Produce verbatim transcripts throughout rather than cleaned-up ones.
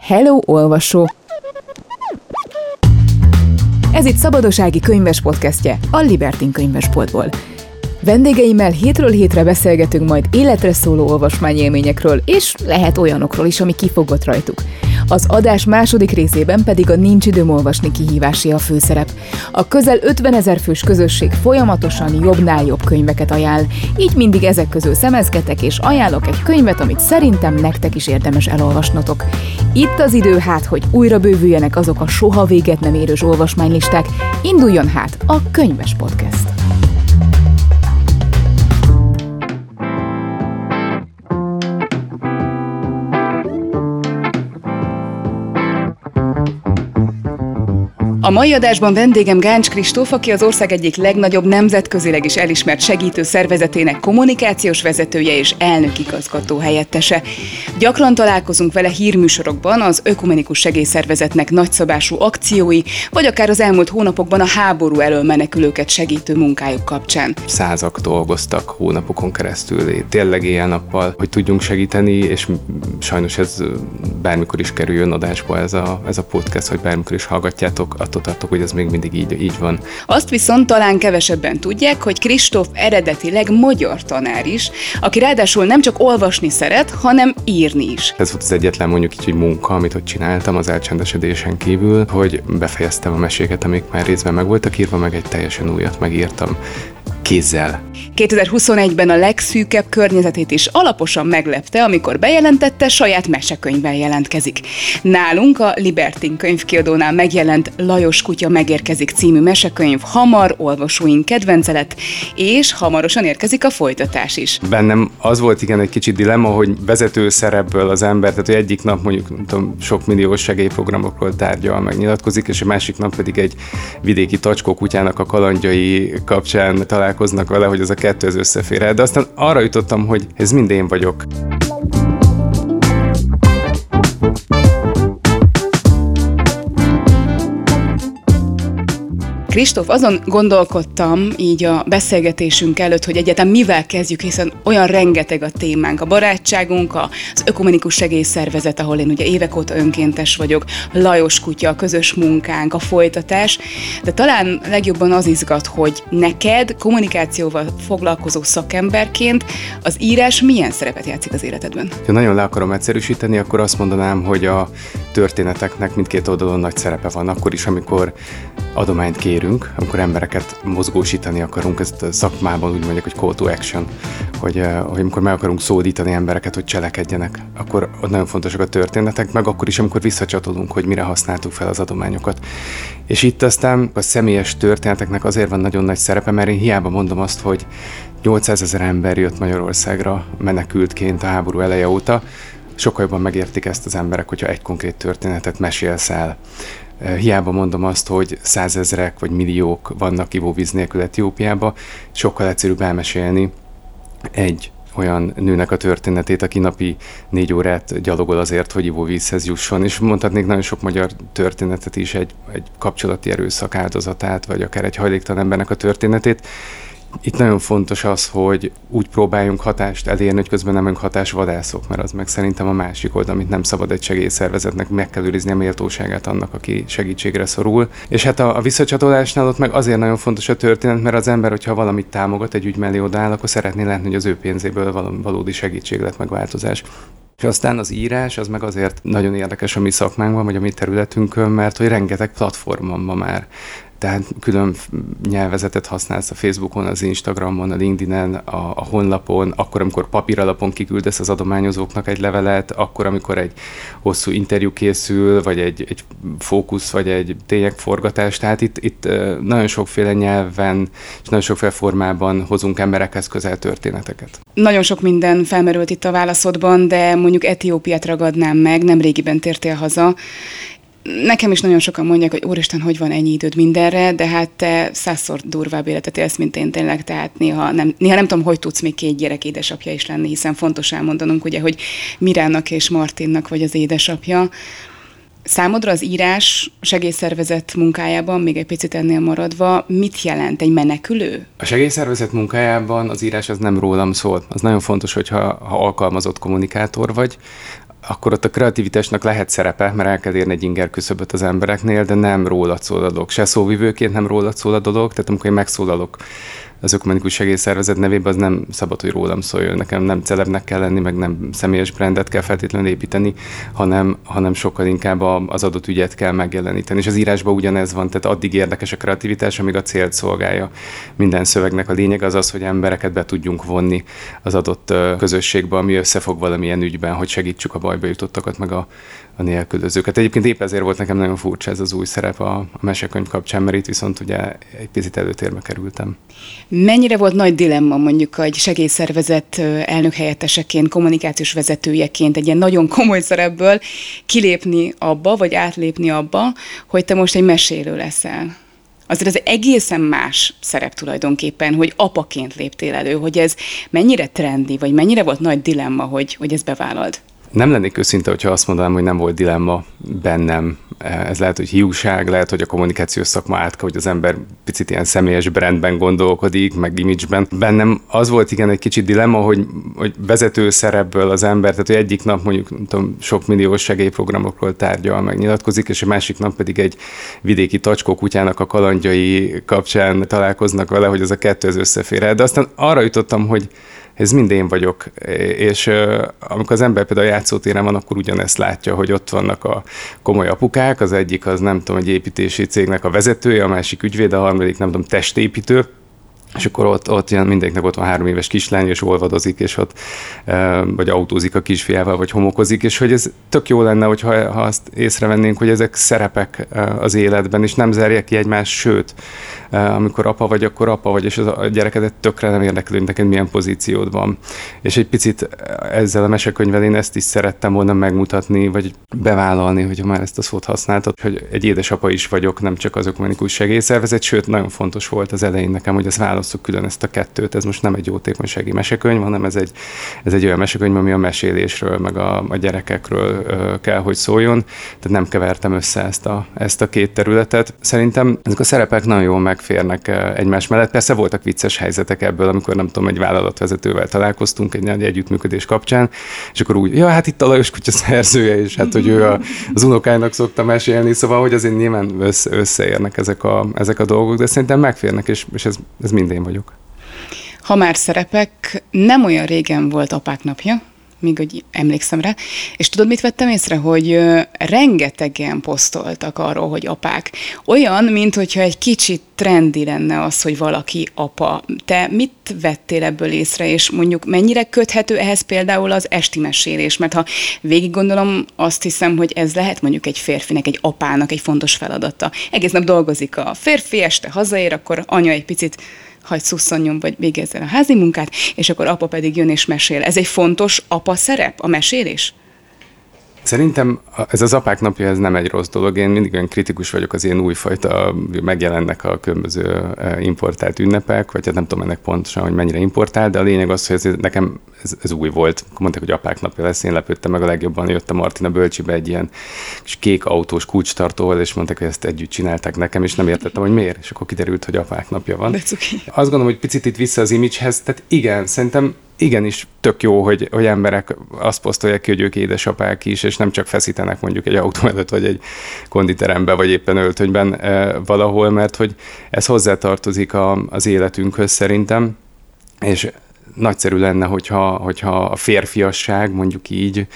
Hello, olvasó! Ez itt Szabados Ági könyves podcastje a Libertin könyvesboltból. Vendégeimmel hétről hétre beszélgetünk majd életre szóló olvasmányélményekről, és lehet olyanokról is, ami kifogott rajtuk. Az adás második részében pedig a nincs időm olvasni kihívásé a főszerep. A közel ötvenezer fős közösség folyamatosan jobbnál jobb könyveket ajánl, így mindig ezek közül szemezgetek és ajánlok egy könyvet, amit szerintem nektek is érdemes elolvasnotok. Itt az idő hát, hogy újra bővüljenek azok a soha véget nem érős olvasmánylisták, induljon hát a Könyves Podcast! A mai adásban vendégem Gáncs Kristóf, aki az ország egyik legnagyobb nemzetközileg is elismert segítő szervezetének kommunikációs vezetője és elnökigazgató helyettese. Gyakran találkozunk vele hírműsorokban az Ökumenikus Segélyszervezetnek nagyszabású akciói, vagy akár az elmúlt hónapokban a háború elől menekülőket segítő munkájuk kapcsán. Százak dolgoztak hónapokon keresztül, tényleg éjjel-nappal, hogy tudjunk segíteni, és sajnos ez bármikor is kerüljön adásba ez a, ez a podcast, hogy bármikor is hallgatjátok, tartok, hogy ez még mindig így, így van. Azt viszont talán kevesebben tudják, hogy Kristóf eredetileg magyar tanár is, aki ráadásul nem csak olvasni szeret, hanem írni is. Ez volt az egyetlen mondjuk így, hogy munka, amit ott csináltam az elcsendesedésen kívül, hogy befejeztem a meséket, amik már részben meg voltak írva, meg egy teljesen újat megírtam kézzel. kétezer-huszonegyben a legszűkebb környezetét is alaposan meglepte, amikor bejelentette, saját mesekönyvvel jelentkezik. Nálunk a Libertin könyvkiadónál megjelent Lajos kutya megérkezik című mesekönyv hamar olvasóink kedvence lett, és hamarosan érkezik a folytatás is. Bennem az volt igen egy kicsit dilemma, hogy vezető szerepből az ember, tehát hogy egyik nap mondjuk nem tudom, sok milliós segélyprogramokról tárgyal, megnyilatkozik, és a másik nap pedig egy vidéki tacskó kutyának a kalandjai kapcsán találkoznak vele, hogy az a kettő az összefér el, de aztán arra jutottam, hogy ez mind én vagyok. Kristóf, azon gondolkodtam így a beszélgetésünk előtt, hogy egyáltalán mivel kezdjük, hiszen olyan rengeteg a témánk, a barátságunk, az Ökumenikus Segélyszervezet, ahol én ugye évek óta önkéntes vagyok, Lajos kutya, a közös munkánk, a folytatás, de talán legjobban az izgat, hogy neked kommunikációval foglalkozó szakemberként az írás milyen szerepet játszik az életedben? Ha nagyon le akarom egyszerűsíteni, akkor azt mondanám, hogy a történeteknek mindkét oldalon nagy szerepe van, akkor is, amikor adományt kérünk, amikor embereket mozgósítani akarunk, ezt a szakmában úgy mondják, hogy call to action, hogy, hogy amikor meg akarunk szólítani embereket, hogy cselekedjenek, akkor ott nagyon fontosak a történetek, meg akkor is, amikor visszacsatolunk, hogy mire használtuk fel az adományokat. És itt aztán a személyes történeteknek azért van nagyon nagy szerepe, mert én hiába mondom azt, hogy nyolcszázezer ember jött Magyarországra menekültként a háború eleje óta, sokkal jobban megértik ezt az emberek, hogyha egy konkrét történetet mesélsz el. Hiába mondom azt, hogy százezrek vagy milliók vannak ivóvíz nélkül Etiópiába, sokkal egyszerűbb elmesélni egy olyan nőnek a történetét, aki napi négy órát gyalogol azért, hogy ivóvízhez jusson, és mondhatnék nagyon sok magyar történetet is, egy, egy kapcsolati erőszak áldozatát, vagy akár egy hajléktalan embernek a történetét. Itt nagyon fontos az, hogy úgy próbáljunk hatást elérni, hogy közben nem vagyunk hatásvadászok, mert az meg szerintem a másik oldal, amit nem szabad egy segélyszervezetnek, meg kell őrizni a méltóságát annak, aki segítségre szorul. És hát a, a visszacsatolásnál ott meg azért nagyon fontos a történet, mert az ember, hogyha valamit támogat, egy ügy mellé odaáll, akkor szeretné látni, hogy az ő pénzéből valami valódi segítség lett, meg változás. És aztán az írás, az meg azért nagyon érdekes a mi szakmánkban, vagy a mi területünkön, mert hogy rengeteg platformon ma már. Tehát külön nyelvezetet használsz a Facebookon, az Instagramon, a LinkedInen, a, a honlapon, akkor, amikor papíralapon kiküldesz az adományozóknak egy levelet, akkor, amikor egy hosszú interjú készül, vagy egy, egy fókusz, vagy egy tényekforgatás. Tehát itt, itt nagyon sokféle nyelven és nagyon sokféle formában hozunk emberekhez közel történeteket. Nagyon sok minden felmerült itt a válaszodban, de mondjuk Etiópiát ragadnám meg, nem régiben tértél haza. Nekem is nagyon sokan mondják, hogy úristen, hogy van ennyi időd mindenre, de hát te százszor durvább életet élsz, mint én tényleg, tehát néha nem, néha nem tudom, hogy tudsz még két gyerek édesapja is lenni, hiszen fontos elmondanunk, ugye, hogy Mirának és Martinnak vagy az édesapja. Számodra az írás segélyszervezet munkájában, még egy picit ennél maradva, mit jelent egy menekülő? A segélyszervezet munkájában az írás az nem rólam szól. Az nagyon fontos, hogyha ha alkalmazott kommunikátor vagy, akkor ott a kreativitásnak lehet szerepe, mert el kell érni egy inger küszöböt az embereknél, de nem rólad szól a dolog. Se szóvivőként nem rólad szól a dolog, tehát amikor én megszólalok az Ökumenikus Segélyszervezet nevében, az nem szabad, hogy rólam szóljon. Nekem nem celebnek kell lenni, meg nem személyes brandet kell feltétlenül építeni, hanem, hanem sokkal inkább az adott ügyet kell megjeleníteni. És az írásban ugyanez van, tehát addig érdekes a kreativitás, amíg a célt szolgálja. Minden szövegnek a lényeg az az, hogy embereket be tudjunk vonni az adott közösségbe, ami összefog valamilyen ügyben, hogy segítsük a bajba jutottakat, meg a, a nélkülözőket. Egyébként épp ezért volt nekem nagyon furcsa ez az új szerep a, a mesekönyv kapcsán, mert itt viszont ugye egy picit előtérbe kerültem. Mennyire volt nagy dilemma mondjuk egy segélyszervezet elnökhelyetteseként, kommunikációs vezetőjeként egy ilyen nagyon komoly szerepből kilépni abba, vagy átlépni abba, hogy te most egy mesélő leszel? Azért ez egészen más szerep tulajdonképpen, hogy apaként léptél elő, hogy ez mennyire trendi, vagy mennyire volt nagy dilemma, hogy, hogy ezt bevállald? Nem lennék őszinte, hogyha azt mondanám, hogy nem volt dilemma bennem. Ez lehet, hogy hiúság, lehet, hogy a kommunikációs szakma átka, hogy az ember picit ilyen személyes brandben gondolkodik, meg imageben. Bennem az volt igen egy kicsit dilemma, hogy, hogy vezető szerepből az ember, tehát hogy egyik nap mondjuk nem tudom, sok milliós segélyprogramokról tárgyal, meg nyilatkozik, és a másik nap pedig egy vidéki tacskó kutyának a kalandjai kapcsán találkoznak vele, hogy az a kettő az összefér. De aztán arra jutottam, hogy ez mind én vagyok, és uh, amikor az ember például a játszótéren van, akkor ugyanezt látja, hogy ott vannak a komoly apukák, az egyik az nem tudom, egy építési cégnek a vezetője, a másik ügyvéd, a harmadik nem tudom, testépítő, és akkor ott, ott mindenkinek ott van három éves kislány, és olvadozik, és ott vagy autózik a kisfiával, vagy homokozik, és hogy ez tök jó lenne, hogyha, ha azt észrevennénk, hogy ezek szerepek az életben, és nem zárják ki egymást, sőt, amikor apa vagy, akkor apa vagy, és a gyerekedet tökre nem érdekel, hogy neked milyen pozíciód van. És egy picit ezzel a mesekönyvvel én ezt is szerettem volna megmutatni, vagy bevállalni, hogyha már ezt a szót használtad, hogy egy édesapa is vagyok, nem csak az Ökumenikus Segélyszervezet, sőt, nagyon fontos volt az elején nekem, hogy ezt válasszuk külön ezt a kettőt. Ez most nem egy jótékonysági mesekönyv, hanem ez egy, ez egy olyan mesekönyv, ami a mesélésről, meg a, a gyerekekről ö, kell, hogy szóljon. Tehát nem kevertem össze ezt a, ezt a két területet. Szerintem ezek a szerepek nagyon jól megférnek egymás mellett. Persze voltak vicces helyzetek ebből, amikor nem tudom, egy vállalatvezetővel találkoztunk egy nagy együttműködés kapcsán, és akkor úgy, ja, hát itt a Lajos kutya szerzője, és hát, hogy ő a, az unokáinak szokta mesélni, szóval, hogy azért nyilván össze, összeérnek ezek a, ezek a dolgok, de szerintem megférnek, és, és ez, ez mind én vagyok. Ha már szerepek, nem olyan régen volt Apák napja, még hogy emlékszem rá, és tudod, mit vettem észre, hogy rengetegen posztoltak arról, hogy apák. Olyan, mint hogyha egy kicsit trendi lenne az, hogy valaki apa. Te mit vettél ebből észre, és mondjuk mennyire köthető ehhez például az esti mesélés? Mert ha végig gondolom, azt hiszem, hogy ez lehet mondjuk egy férfinek, egy apának egy fontos feladata. Egész nap dolgozik a férfi, este hazaér, akkor anya egy picit hagy szusszanjon, vagy végezzen a házi munkát, és akkor apa pedig jön és mesél. Ez egy fontos apa szerep, a mesélés? Szerintem ez az Apák napja, ez nem egy rossz dolog. Én mindig olyan kritikus vagyok az ilyen újfajta, megjelennek a különböző importált ünnepek, vagy hát nem tudom ennek pontosan, hogy mennyire importált, de a lényeg az, hogy ez, nekem ez, ez új volt. Mondták, hogy Apák napja lesz, én lepődtem meg a legjobban, jött a Martina Bölcsibe egy ilyen kis kék autós kulcstartóval, és mondták, hogy ezt együtt csinálták nekem, és nem értettem, hogy miért, és akkor kiderült, hogy Apák napja van. Azt gondolom, hogy picit itt vissza az image-hez, tehát igen, szerintem igenis tök jó, hogy, hogy emberek azt posztolják ki, hogy ők édesapák is, és nem csak feszítenek mondjuk egy autó előtt, vagy egy konditeremben, vagy éppen öltönyben e, valahol, mert hogy ez hozzátartozik a, az életünkhöz szerintem, és nagyszerű lenne, hogyha, hogyha a férfiasság, mondjuk így,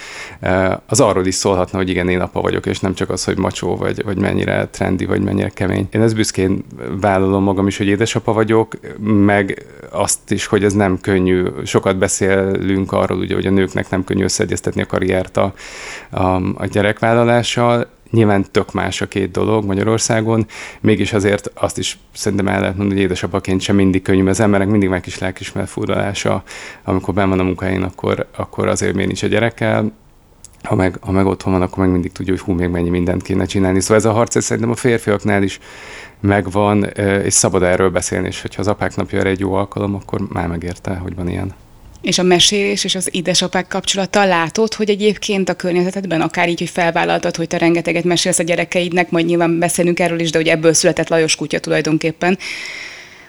az arról is szólhatna, hogy igen, én apa vagyok, és nem csak az, hogy macsó, vagy, vagy mennyire trendi, vagy mennyire kemény. Én ezt büszkén vállalom magam is, hogy édesapa vagyok, meg azt is, hogy ez nem könnyű. Sokat beszélünk arról, ugye, hogy a nőknek nem könnyű összeegyeztetni a karriert a, a, a gyerekvállalással. Nyilván tök más a két dolog Magyarországon, mégis azért azt is szerintem el lehet mondani, hogy édesapaként sem mindig könnyű, mert az emberek mindig meg kis lelkismeret furdalása, amikor benn van a munkáin, akkor, akkor azért miért nincs a gyerekkel, ha meg, ha meg otthon van, akkor meg mindig tudja, hogy hú, még mennyi mindent kéne csinálni. Szóval ez a harc, ez szerintem a férfiaknál is megvan, és szabad erről beszélni, és hogyha az Apák napja egy jó alkalom, akkor már megérte, hogy van ilyen. És a mesélés és az édesapák kapcsolata, látod, hogy egyébként a környezetedben, akár így, hogy felvállaltad, hogy te rengeteget mesélsz a gyerekeidnek, majd nyilván beszélünk erről is, de hogy ebből született Lajos kutya tulajdonképpen,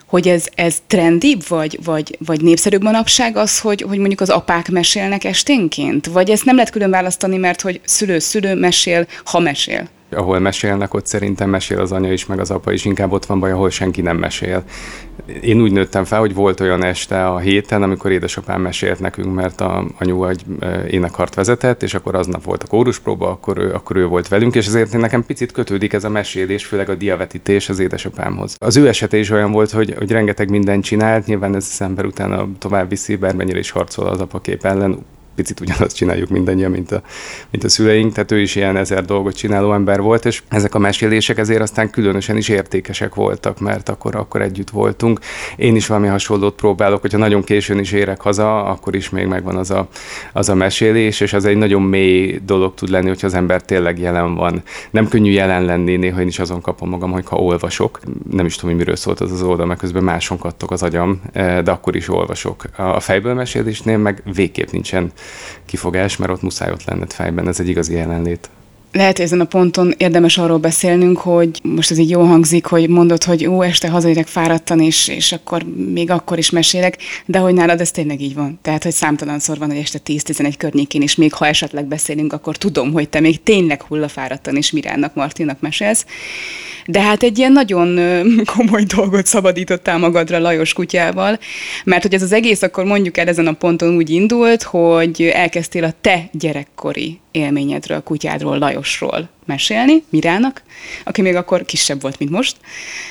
hogy ez, ez trendibb, vagy, vagy, vagy népszerűbb manapság az, hogy, hogy mondjuk az apák mesélnek esténként? Vagy ezt nem lehet külön választani, mert hogy szülő-szülő mesél, ha mesél? Ahol mesélnek, ott szerintem mesél az anya is, meg az apa is, inkább ott van baj, ahol senki nem mesél. Én úgy nőttem fel, hogy volt olyan este a héten, amikor édesapám mesélt nekünk, mert a anyu egy énekkart vezetett, és akkor aznap volt a kóruspróba, akkor ő, akkor ő volt velünk, és ezért nekem picit kötődik ez a mesélés, főleg a diavetítés az édesapámhoz. Az ő esete is olyan volt, hogy, hogy rengeteg mindent csinált, nyilván ez az ember utána tovább viszi, bármennyire is harcol az apakép ellen, picit ugyanazt csináljuk mindannyian, mint a, mint a szüleink, tehát ő is ilyen ezer dolgot csináló ember volt, és ezek a mesélések ezért aztán különösen is értékesek voltak, mert akkor, akkor együtt voltunk. Én is valami hasonlót próbálok, hogyha nagyon későn is érek haza, akkor is még megvan az a, az a mesélés, és az egy nagyon mély dolog tud lenni, hogyha az ember tényleg jelen van. Nem könnyű jelen lenni, néha én is azon kapom magam, hogy ha olvasok, nem is tudom, hogy miről szólt az az oldal, mert közben máson kattog az agyam, de akkor is olvasok. A fejből mesélésnél meg végképp nincsen kifogás, mert ott muszáj ott lenned fejben, ez egy igazi jelenlét. Lehet, hogy ezen a ponton érdemes arról beszélnünk, hogy most ez így jól hangzik, hogy mondod, hogy ó, este hazaérek fáradtan, és, és akkor még akkor is mesélek, de hogy nálad ez tényleg így van. Tehát, hogy számtalanszor van, hogy este tíz-tizenegy környékén is, még ha esetleg beszélünk, akkor tudom, hogy te még tényleg hullafáradtan is Miránnak, Martinnak mesélsz. De hát egy ilyen nagyon komoly dolgot szabadítottál magadra Lajos kutyával, mert hogy ez az egész akkor mondjuk el ezen a ponton úgy indult, hogy elkezdtél a te gyerekkori élményedről, a kutyádról, Lajosról mesélni, Mirának, aki még akkor kisebb volt, mint most,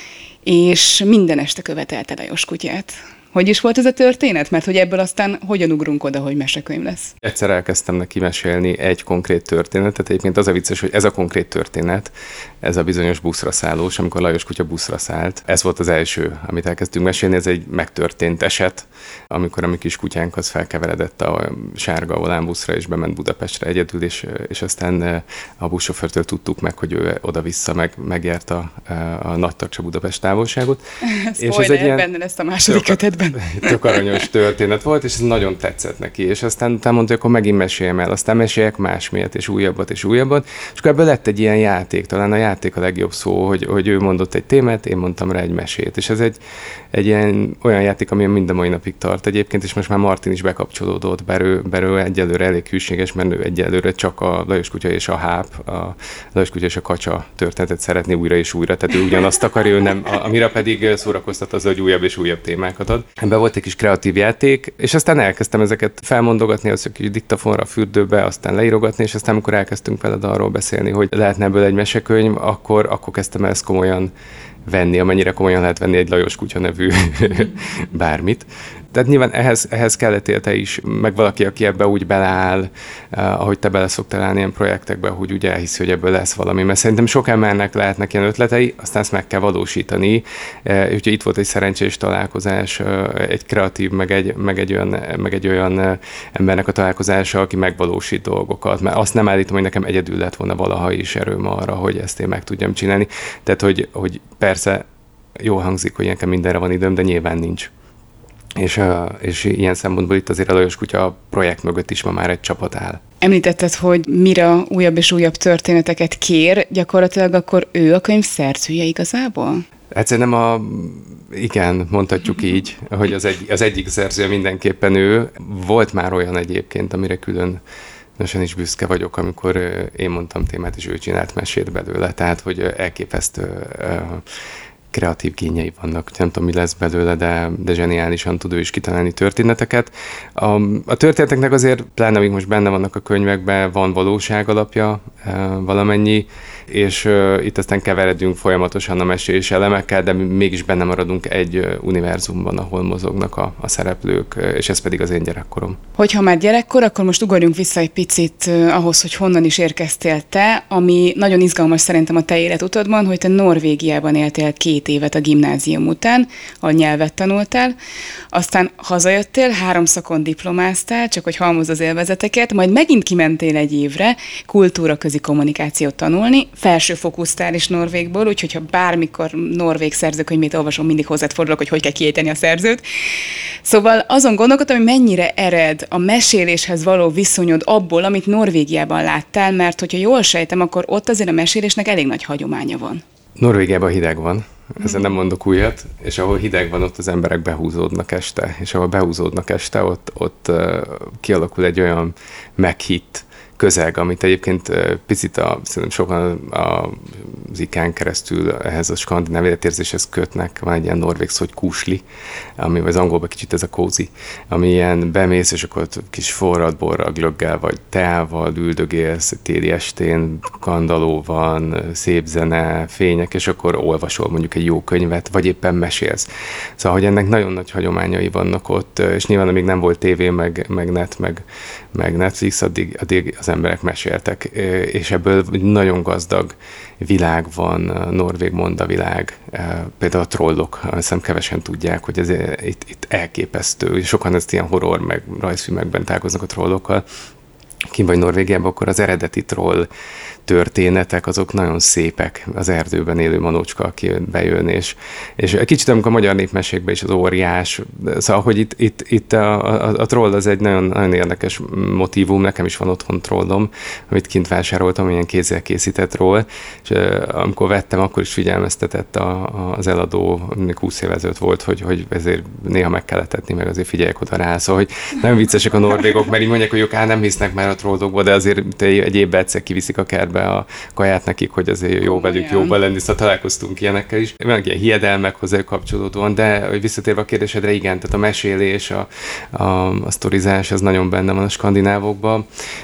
és minden este követelte Lajos kutyát. Hogy is volt ez a történet? Mert hogy ebből aztán hogyan ugrunk oda, hogy mesekönyv lesz? Egyszer elkezdtem neki mesélni egy konkrét történetet. Egyébként az a vicces, hogy ez a konkrét történet, ez a bizonyos buszra szállós, amikor Lajos kutya buszra szállt. Ez volt az első, amit elkezdtünk mesélni. Ez egy megtörtént eset, amikor a mi kis kutyánk az felkeveredett a sárga volánbuszra, és bement Budapestre egyedül, és, és aztán a buszsofőrtől tudtuk meg, hogy ő oda-vissza meg, megjárt a, a Nagy-Tarcsa Budapest távolságot. És ez egy ilyen... benne lesz a második kötetben. Tök aranyos történet volt, és ez nagyon tetszett neki, és aztán utána mondta, hogy akkor megint meséljem el, aztán meséljek másmilyet, és újabbat, és újabbat, és akkor ebből lett egy ilyen játék, talán a játék a legjobb szó, hogy, hogy ő mondott egy témát, én mondtam rá egy mesét, és ez egy, egy ilyen olyan játék, ami mind a mai napig tart egyébként, és most már Martin is bekapcsolódott, bár ő, bár ő egyelőre elég hűséges, mert ő egyelőre csak a Lajos kutya és a háp, a Lajos kutya és a kacsa történetet szeretné újra és újra, tehát ő ugyanazt akarja, ő nem, amire pedig szórakoztat az, hogy újabb és újabb témákat ad. Ebben volt egy kis kreatív játék, és aztán elkezdtem ezeket felmondogatni, az a kis diktafonra a fürdőbe, aztán leírogatni, és aztán amikor elkezdtünk veled arról beszélni, hogy lehetne ebből egy mesekönyv, akkor, akkor kezdtem el ezt komolyan venni, amennyire komolyan lehet venni egy Lajos kutya nevű bármit. Tehát nyilván ehhez, ehhez kellett te is, meg valaki, aki ebbe úgy beleáll, eh, ahogy te bele szoktál állni ilyen projektekbe, hogy úgy elhiszi, hogy ebből lesz valami. Mert szerintem sok embernek lehetnek ilyen ötletei, aztán ezt meg kell valósítani. Eh, úgyhogy itt volt egy szerencsés találkozás, eh, egy kreatív, meg egy, meg egy olyan, meg egy olyan eh, embernek a találkozása, aki megvalósít dolgokat. Mert azt nem állítom, hogy nekem egyedül lett volna valaha is erőm arra, hogy ezt én meg tudjam csinálni. Tehát, hogy, hogy persze jól hangzik, hogy nekem mindenre van időm, de nyilván nincs. És, és ilyen szempontból itt azért a Lajos kutya projekt mögött is ma már egy csapat áll. Említetted, hogy Mira újabb és újabb történeteket kér, gyakorlatilag akkor ő a könyv szerzője igazából? Hát szerintem a, igen, mondhatjuk így, hogy az, egy, az egyik szerzője mindenképpen ő. Volt már olyan egyébként, amire külön nagyon is büszke vagyok, amikor én mondtam témát, és ő csinált mesét belőle, tehát hogy elképesztő kreatív kényei vannak. Nem tudom, mi lesz belőle, de, de zseniálisan tud ő is kitalálni történeteket. A, a történeteknek azért, pláne amíg most benne vannak a könyvekben, van valóság alapja valamennyi, és uh, itt aztán keveredünk folyamatosan a mesés elemekkel, de mégis benne maradunk egy uh, univerzumban, ahol mozognak a, a szereplők, uh, és ez pedig az én gyerekkorom. Hogyha már gyerekkor, akkor most ugorjunk vissza egy picit uh, ahhoz, hogy honnan is érkeztél te, ami nagyon izgalmas szerintem a te életutadban, hogy te Norvégiában éltél két évet a gimnázium után, a nyelvet tanultál, aztán hazajöttél, három szakon diplomáztál, csak hogy halmozd az élvezeteket, majd megint kimentél egy évre kultúraközi kommunikációt tanulni, felsőfokú sztár is Norvégból, úgyhogy ha bármikor norvég szerzőkönyvét olvasom, mindig hozzád fordulok, hogy hogy kell kiejteni a szerzőt. Szóval azon gondolkodtam, hogy mennyire ered a meséléshez való viszonyod abból, amit Norvégiában láttál, mert hogyha jól sejtem, akkor ott azért a mesélésnek elég nagy hagyománya van. Norvégiában hideg van, ezzel nem mondok újat, és ahol hideg van, ott az emberek behúzódnak este, és ahol behúzódnak este, ott, ott uh, kialakul egy olyan meghitt közeg, amit egyébként picit a, szerintem sokan az ikán keresztül ehhez a skandináv életérzéshez kötnek. Van egy ilyen norvég szó, hogy kusli, ami az angolban kicsit ez a cozy, ami ilyen bemész, és akkor ott kis forrad borral, glöggel, vagy teával üldögélsz téli estén, kandaló van, szép zene, fények, és akkor olvasol mondjuk egy jó könyvet, vagy éppen mesélsz. Szóval, hogy ennek nagyon nagy hagyományai vannak ott, és nyilván amíg nem volt tévé, meg, meg net, meg, meg Netflix, addig, addig az emberek meséltek, és ebből nagyon gazdag világ van, norvég mondavilág, például a trollok, azt hiszem kevesen tudják, hogy ez itt, itt elképesztő, sokan ezt ilyen horror, meg rajzfilmekben találkoznak a trollokkal. Kint vagy Norvégiában, akkor az eredeti troll történetek, azok nagyon szépek, az erdőben élő manócska, aki bejön, és, és kicsit amikor a magyar népmesékben is az óriás, szóval, hogy itt, itt, itt a, a, a troll az egy nagyon, nagyon érdekes motívum, nekem is van otthon trollom, amit kint vásároltam, ilyen kézzel készített troll, és amikor vettem, akkor is figyelmeztetett a, a, az eladó, még húsz évvel ezelőtt volt, hogy, hogy ezért néha meg kellett etni, meg azért figyeljek oda rá, szóval, hogy nem viccesek a norvégok, mert így mondják, hogy ők á, nem hisznek már a trollokba, de azért egy évben egyszer kiviszik a kertbe a kaját nekik, hogy azért jó velük, jóban lenni, szóval találkoztunk ilyenekkel is. Vannak ilyen hiedelmek hozzá kapcsolódóan, de hogy visszatérve a kérdésedre, igen, tehát a mesélés, a, a, a sztorizás, ez nagyon benne van a skandinávokban.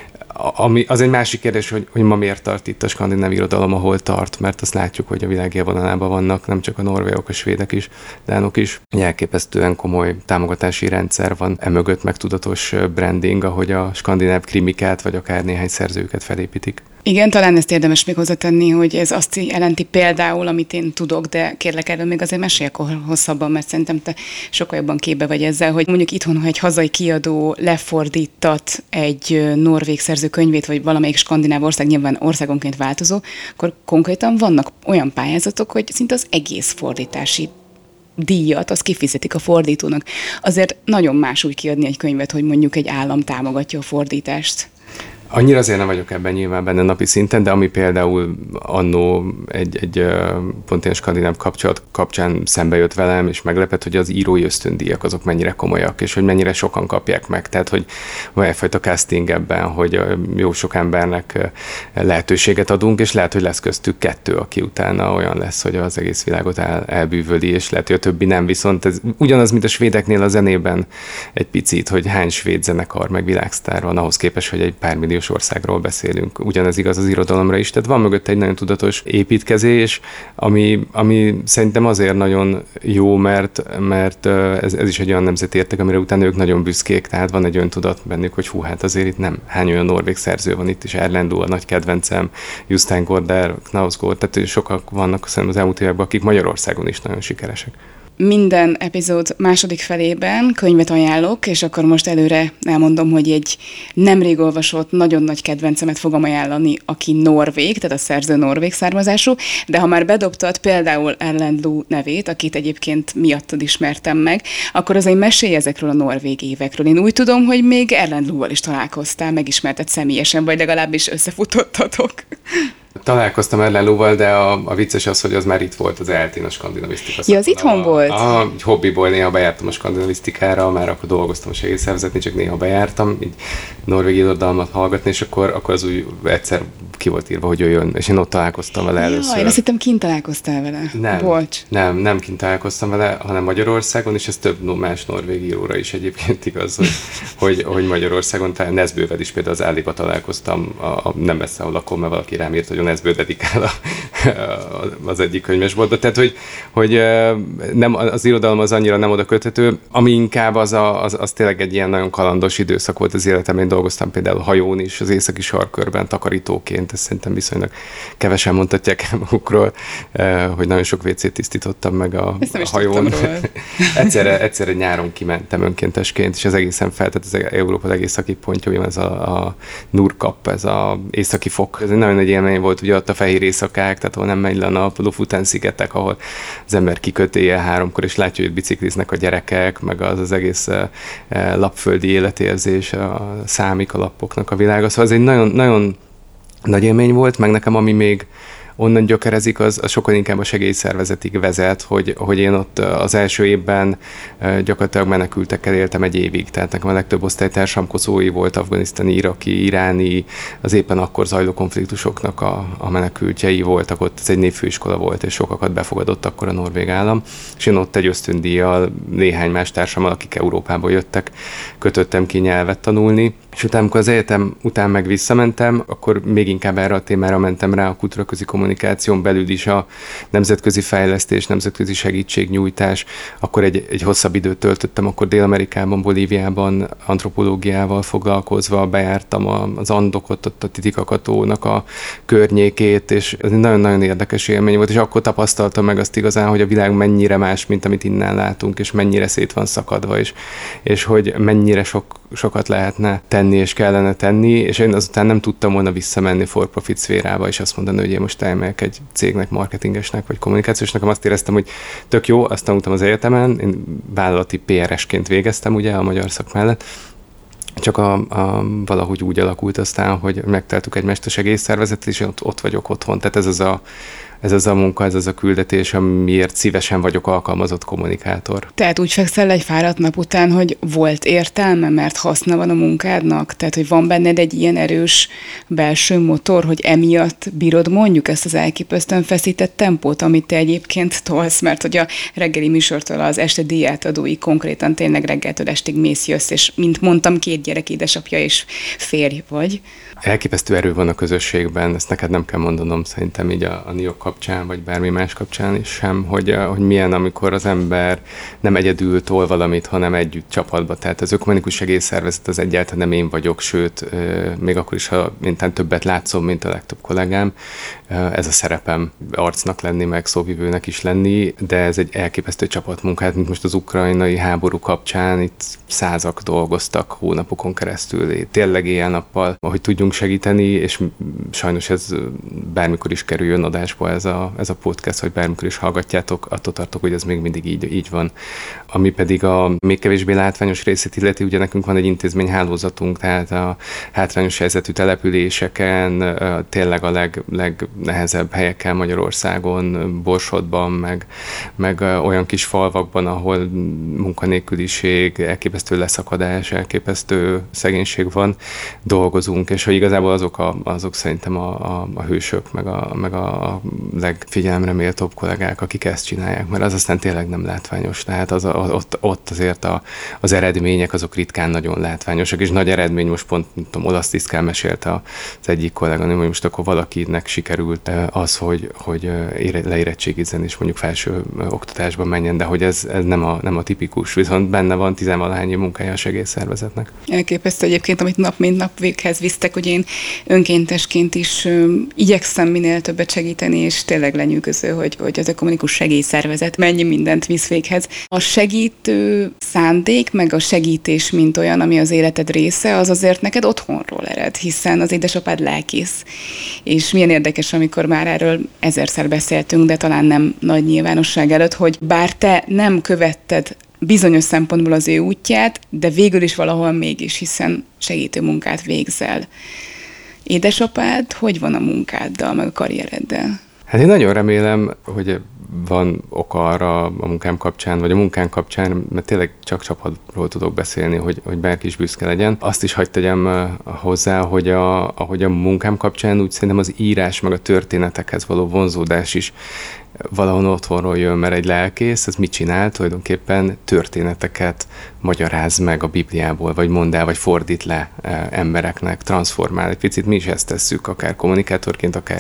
Ami, az egy másik kérdés, hogy, hogy ma miért tart itt a skandináv irodalom, ahol tart, mert azt látjuk, hogy a világ élvonalában vannak, nem csak a norvégok, a svédek is, dánok is. Egy elképesztően komoly támogatási rendszer van, emögött meg tudatos branding, ahogy a skandináv krimikát, vagy akár néhány szerzőket felépítik. Igen, talán ezt érdemes még hozzátenni, hogy ez azt jelenti például, amit én tudok, de kérlek erről még azért mesélj akkor hosszabban, mert szerintem te sokkal jobban képbe vagy ezzel, hogy mondjuk itthon, ha egy hazai kiadó lefordítat egy norvég szerző könyvét, vagy valamelyik skandináv ország, nyilván országonként változó, akkor konkrétan vannak olyan pályázatok, hogy szinte az egész fordítási díjat, azt kifizetik a fordítónak. Azért nagyon más úgy kiadni egy könyvet, hogy mondjuk egy állam támogatja a fordítást. Annyira azért nem vagyok ebben nyilván benne napi szinten, de ami például annó egy, egy pont ilyen skandináv kapcsolat kapcsán szembe jött velem, és meglepett, hogy az írói ösztöndíjak azok mennyire komolyak, és hogy mennyire sokan kapják meg. Tehát, hogy van egyfajta casting ebben, hogy jó sok embernek lehetőséget adunk, és lehet, hogy lesz köztük kettő, aki utána olyan lesz, hogy az egész világot el, elbűvöli, és lehet, hogy a többi nem. Viszont ez ugyanaz, mint a svédeknél a zenében egy picit, hogy hány svéd zenekar meg világsztár van, ahhoz képest, hogy egy pár millió országról beszélünk. Ugyanez igaz az irodalomra is, tehát van mögött egy nagyon tudatos építkezés, ami, ami szerintem azért nagyon jó, mert, mert ez, ez is egy olyan nemzeti érték, amire utána ők nagyon büszkék, tehát van egy olyan tudat bennük, hogy hú, hát azért itt nem hány olyan norvég szerző van itt is, Erlendó a nagy kedvencem, Jostein Gaarder, Knausgård, tehát sokak vannak szerintem az elmúlt években, akik Magyarországon is nagyon sikeresek. Minden epizód második felében könyvet ajánlok, és akkor most előre elmondom, hogy egy nemrég olvasott, nagyon nagy kedvencemet fogom ajánlani, aki norvég, tehát a szerző norvég származású, de ha már bedobtad például Erlend Loe nevét, akit egyébként miattad ismertem meg, akkor azért mesélj ezekről a norvég évekről. Én úgy tudom, hogy még Erlend Loe-val is találkoztál, megismerted személyesen, vagy legalábbis összefutottatok. Találkoztam Erlend Loe-val, de a, a vicces az, hogy az már itt volt az é el té-n a skandinavisztika. Ja, az itthon a, volt? A, a hobbiból néha bejártam a skandinavisztikára, már akkor dolgoztam a segélyszervezetnél, csak néha bejártam, így norvég irodalmat hallgatni, és akkor, akkor az úgy egyszer ki volt írva, hogy jöjjön, és én ott találkoztam vele ja, először. Én azt hittem, kint találkoztál vele. Nem, Bocs. nem, nem kint találkoztam vele, hanem Magyarországon, és ez több más norvég íróra is egyébként igaz, hogy, hogy, hogy Magyarországon, talán Nesbővel is például az Álliba találkoztam, a, a, nem messze, ahol lakom, mert valaki rám írt, hogy a Nesbő dedikál a, az egyik könyvesboltban. Tehát, hogy, hogy nem, az irodalom az annyira nem oda köthető, ami inkább az, a, az, az tényleg egy ilyen nagyon kalandos időszak volt az életem. Én dolgoztam például hajón is, az északi sarkkörben takarítóként, ezt szerintem viszonylag kevesen mondhatják el magukról, hogy nagyon sok vécét tisztítottam meg a, a hajón. egyszerre, egyszerre nyáron kimentem önkéntesként, és az egészen feltett az Európa legészaki pontja, ez a, a Nurkap, ez az északi fok. Ez egy nagyon nagy élmény volt, ugye ott a fehér éjszakák, tehát ahol nem megy le a nap, Lofoten szigetek, ahol az ember kiköt éjjel háromkor, és látja, hogy bicikliznek a gyerekek, meg az az egész lapföldi életérzés, a számik, a lapoknak a világa. Szóval ez egy nagyon, nagyon nagy élmény volt, meg nekem, ami még onnan gyökerezik, az, az sokkal inkább a segélyszervezetig vezet, hogy, hogy én ott az első évben gyakorlatilag menekültekkel éltem egy évig. Tehát nekem a legtöbb osztálytársam koszovói volt, afganisztáni, iraki, iráni, az éppen akkor zajló konfliktusoknak a, a menekültjei voltak. Ott ez egy névfőiskola volt, és sokakat befogadott akkor a norvég állam. És én ott egy ösztöndíjjal néhány más társammal, akik Európából jöttek, kötöttem ki nyelvet tanulni. És utána, amikor az egyetem után meg visszamentem, akkor még inkább erre a témára mentem rá, a kultúraközi kommunikáción belül is a nemzetközi fejlesztés, nemzetközi segítségnyújtás. Akkor egy, egy hosszabb időt töltöttem, akkor Dél-Amerikában, Bolíviában antropológiával foglalkozva, bejártam az Andokot, ott a Titicacatonak a környékét, és ez egy nagyon-nagyon érdekes élmény volt, és akkor tapasztaltam meg azt igazán, hogy a világ mennyire más, mint amit innen látunk, és mennyire szét van szakadva, és, és hogy mennyire sok, sokat lehetne tenni, és kellene tenni, és én azután nem tudtam volna visszamenni for-profit szférába, és azt mondani, hogy én most elmegyek egy cégnek, marketingesnek, vagy kommunikációsnak. Azt éreztem, hogy tök jó, azt tanultam az egyetemen, én vállalati pé er esként végeztem, ugye, a magyar szak mellett, csak a, a, valahogy úgy alakult aztán, hogy megtaláltuk egy mesterségészszervezetet, és én ott, ott vagyok otthon. Tehát ez az a Ez az a munka, ez az a küldetés, amiért szívesen vagyok alkalmazott kommunikátor. Tehát úgy fekszel egy fáradt nap után, hogy volt értelme, mert haszna van a munkádnak? Tehát, hogy van benned egy ilyen erős belső motor, hogy emiatt bírod mondjuk ezt az elképesztően feszített tempót, amit te egyébként tolsz, mert hogy a reggeli műsortól az este díjátadói konkrétan tényleg reggeltől estig mész, jössz, és mint mondtam, két gyerek édesapja és férj vagy. Elképesztő erő van a közösségben, ezt neked nem kell mondanom, szerintem így a, a NIOK kapcsán, vagy bármi más kapcsán is sem, hogy, hogy milyen, amikor az ember nem egyedül tol valamit, hanem együtt csapatba. Tehát az ökumenikus segélyszervezet az egyáltalán nem én vagyok, sőt, még akkor is, ha mintán többet látszom, mint a legtöbb kollégám, ez a szerepem arcnak lenni, meg szóvivőnek is lenni, de ez egy elképesztő csapatmunkát, mint most az ukrajnai háború kapcsán, itt százak dolgoztak hónapokon keresztül, tényleg éjjel-nappal, ahogy tudjunk segíteni, és sajnos ez bármikor is kerüljön adásba ez a, ez a podcast, hogy bármikor is hallgatjátok, attól tartok, hogy ez még mindig így, így van. Ami pedig a még kevésbé látványos részét illeti, ugye nekünk van egy intézményhálózatunk, tehát a hátrányos helyzetű településeken, tényleg a leg, legnehezebb helyeken Magyarországon, Borsodban, meg, meg olyan kis falvakban, ahol munkanélküliség, elképesztő leszakadás, elképesztő szegénység van, dolgozunk, és hogy igazából azok, a, azok szerintem a, a, a hősök, meg a, meg a legfigyelemre méltóbb kollégák, akik ezt csinálják, mert az aztán tényleg nem látványos. Tehát az, a, ott, ott azért a, az eredmények azok ritkán nagyon látványosak, és nagy eredmény, most pont, nem tudom, olasz tisztkán mesélte az egyik kolléganőm, hogy most akkor valakinek sikerült az, hogy, hogy leérettségizzen, és mondjuk felső oktatásban menjen, de hogy ez, ez nem, a, nem a tipikus, viszont benne van tizenvalahány munkája a segélyszervezetnek. Elképesztő egyébként, amit nap mint nap véghez visztek, hogy én önkéntesként is ö, igyekszem minél többet segíteni, és tényleg lenyűgöző, hogy, hogy az ökumenikus segélyszervezet mennyi mindent visz véghez. A segítő szándék, meg a segítés, mint olyan, ami az életed része, az azért neked otthonról ered, hiszen az édesapád lelkész. És milyen érdekes, amikor már erről ezerszer beszéltünk, de talán nem nagy nyilvánosság előtt, hogy bár te nem követted bizonyos szempontból az ő útját, de végül is valahol mégis, hiszen segítő munkát végzel. Édesapád, hogy van a munkáddal, meg a karriereddel? Hát én nagyon remélem, hogy van oka arra a munkám kapcsán, vagy a munkánk kapcsán, mert tényleg csak csapatról tudok beszélni, hogy, hogy bárki is büszke legyen. Azt is hadd tegyem hozzá, hogy a, ahogy a munkám kapcsán, úgy szerintem az írás, meg a történetekhez való vonzódás is valahol otthonról jön, mert egy lelkész, ez mit csinál? Tulajdonképpen történeteket magyaráz meg a Bibliából, vagy mond el, vagy fordít le embereknek, transformál. Egy picit mi is ezt tesszük, akár kommunikátorként, akár,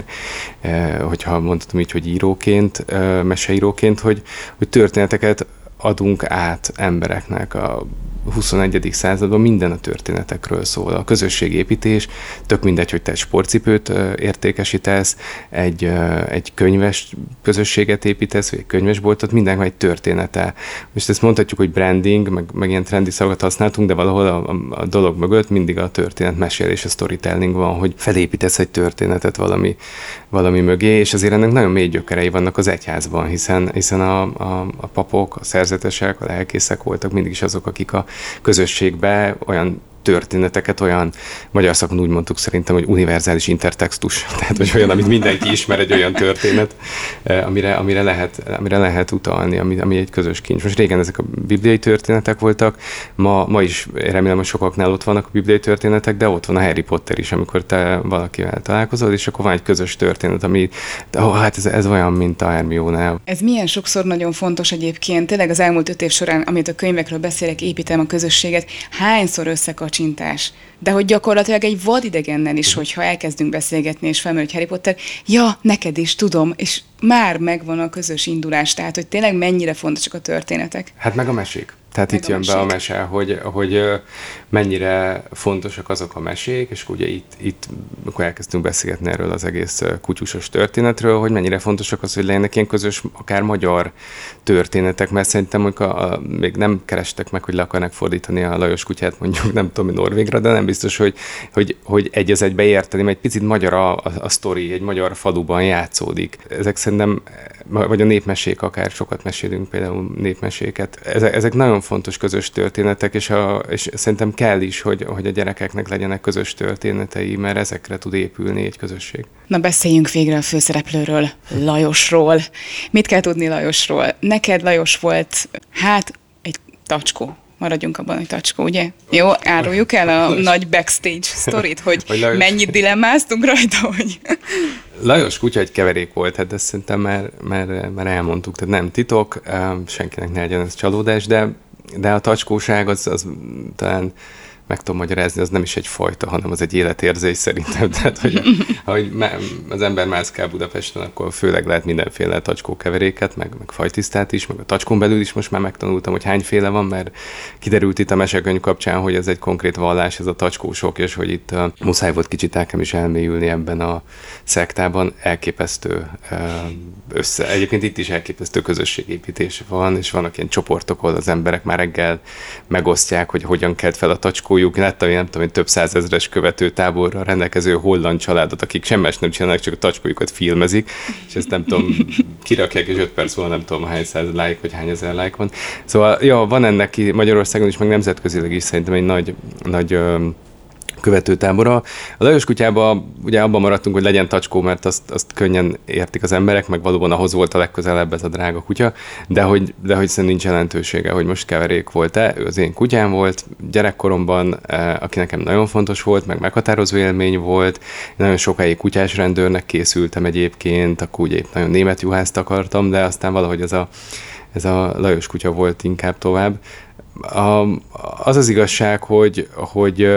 hogyha mondhatom így, hogy íróként, meseíróként, hogy, hogy történeteket adunk át embereknek. A huszonegyedik században minden a történetekről szól. A közösségépítés, tök mindegy, hogy te egy sportcipőt értékesítesz, egy, egy könyves közösséget építesz, vagy egy könyvesboltot, mindenki egy története. Most ezt mondhatjuk, hogy branding, meg, meg ilyen trendi szavakat használtunk, de valahol a, a, a dolog mögött mindig a történet mesélés, a storytelling van, hogy felépítesz egy történetet valami, valami mögé, és azért ennek nagyon mély gyökerei vannak az egyházban, hiszen, hiszen a, a, a papok, a szerzetesek, a lelkészek voltak mindig is azok, akik a közösségbe olyan történeteket, olyan magyar szakon úgy mondtuk szerintem, hogy univerzális intertextus, tehát hogy olyan, amit mindenki ismer, egy olyan történet, amire, amire, lehet, amire lehet utalni, ami, ami egy közös kincs. Most régen ezek a bibliai történetek voltak, ma, ma is remélem, hogy sokaknál ott vannak a bibliai történetek, de ott van a Harry Potter is, amikor te valakivel találkozol, és akkor van egy közös történet, ami, oh, hát ez, ez olyan, mint a Hermione. Ez milyen sokszor nagyon fontos egyébként, tényleg az elmúlt öt év során, amit a könyvekről beszélek, építem a közösséget, hányszor összekapcsolódunk csintás. De hogy gyakorlatilag egy vadidegennel is, hogyha elkezdünk beszélgetni, és felmerül, hogy Harry Potter, ja, neked is tudom, és már megvan a közös indulás, tehát hogy tényleg mennyire fontosak a történetek. Hát meg a mesék. Tehát meg itt jön mesék. Be a mese, hogy, hogy mennyire fontosak azok a mesék, és ugye itt, itt akkor elkezdtünk beszélgetni erről az egész kutyusos történetről, hogy mennyire fontosak az, hogy legyenek ilyen közös, akár magyar történetek, mert szerintem hogy a, a, még nem kerestek meg, hogy le akarnak fordítani a Lajos kutyát mondjuk, nem tudom, norvégra, de nem biztos, hogy, hogy, hogy egy az egybe érteni, mert egy picit magyar a, a, a sztori, egy magyar faluban játszódik. Ezek szerintem, vagy a népmesék, akár sokat mesélünk például népmeséket. Ezek, ezek nagyon fontos közös történetek, és, a, és szerintem kell is, hogy, hogy a gyerekeknek legyenek közös történetei, mert ezekre tud épülni egy közösség. Na beszéljünk végre a főszereplőről, Lajosról. Mit kell tudni Lajosról? Neked Lajos volt, hát, egy tacskó. Maradjunk abban, hogy tacskó, ugye? Jó, áruljuk el a Lajos. Nagy backstage sztorit, hogy mennyit dilemmáztunk rajta, hogy... Lajos kutya egy keverék volt, hát ezt szerintem már, már, már elmondtuk, tehát nem titok, senkinek ne legyen ez csalódás, de, de a tacskóság az, az talán meg tudom magyarázni, az nem is egy fajta, hanem az egy életérzés szerintem. Tehát, hogy ahogy az ember mászkál Budapesten, akkor főleg lehet mindenféle tacskókeveréket, meg, meg fajtisztát is, meg a tacskón belül is most már megtanultam, hogy hányféle van, mert kiderült itt a mesekönyv kapcsán, hogy ez egy konkrét vallás, ez a tacskósok, és hogy itt uh, muszáj volt kicsit nekem is elmélyülni ebben a szektában. Elképesztő össze. Egyébként itt is elképesztő közösségépítés van, és vannak ilyen csoportok, ahol az emberek már reggel megosztják, hogy hogyan kelt fel a tacskó. Láttam, nem tudom, több százezres követő táborra rendelkező holland családot, akik semmi más nem csinálnak, csak a tacskójukat filmezik, és ezt nem tudom, kirakják, és öt perc múlva nem tudom, hány száz like, vagy hány ezer like van. Szóval, ja, van ennek Magyarországon is, meg nemzetközileg is szerintem egy nagy, nagy követőtábora. A Lajos kutyában ugye abban maradtunk, hogy legyen tacskó, mert azt, azt könnyen értik az emberek, meg valóban ahhoz volt a legközelebb ez a drága kutya, de hogy, de hogy szerintem nincs jelentősége, hogy most keverék volt-e. Ő az én kutyám volt gyerekkoromban, aki nekem nagyon fontos volt, meg meghatározó élmény volt. Nagyon sokáig kutyás rendőrnek készültem egyébként, akkor ugye épp nagyon német juhászt akartam, de aztán valahogy ez a, ez a Lajos kutya volt inkább tovább. A, az az igazság, hogy, hogy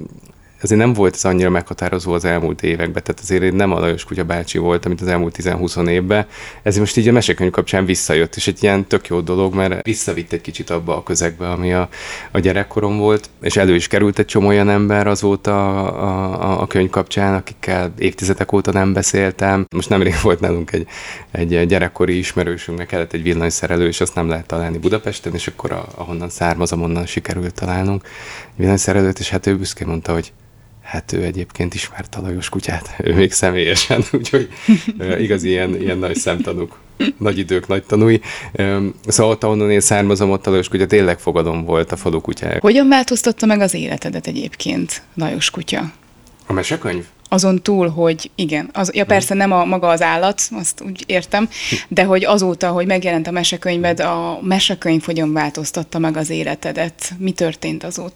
azért nem volt ez annyira meghatározó az elmúlt években, tehát azért nem a Lajos kutya bácsi volt, amit az elmúlt tíz-húsz évben. Ez most így a mesekönyv kapcsán visszajött, és egy ilyen tök jó dolog, mert visszavitt egy kicsit abba a közegbe, ami a, a gyerekkorom volt, és elő is került egy csomó olyan ember azóta a, a, a könyv kapcsán, akikkel évtizedek óta nem beszéltem. Most nemrég volt nálunk egy, egy gyerekkori ismerősünknek kellett egy villanyszerelő, és azt nem lehet találni Budapesten, és akkor a, ahonnan származom, onnan sikerült találnunk egy villanyszerelőt, és hát ő büszkén mondta, hogy hát ő egyébként ismerte a Lajos kutyát, ő még személyesen, úgyhogy igazi ilyen, ilyen nagy szemtanúk, nagy idők, nagy tanúi. Szóval ott, ahonnan én származom, ott a Lajos kutya tényleg fogadom volt a falu kutyája. Hogyan változtatta meg az életedet egyébként Lajos kutya? A mesekönyv? Azon túl, hogy igen, az, ja persze nem a maga az állat, azt úgy értem, de hogy azóta, hogy megjelent a mesekönyved, a mesekönyv hogyan változtatta meg az életedet? Mi történt azóta?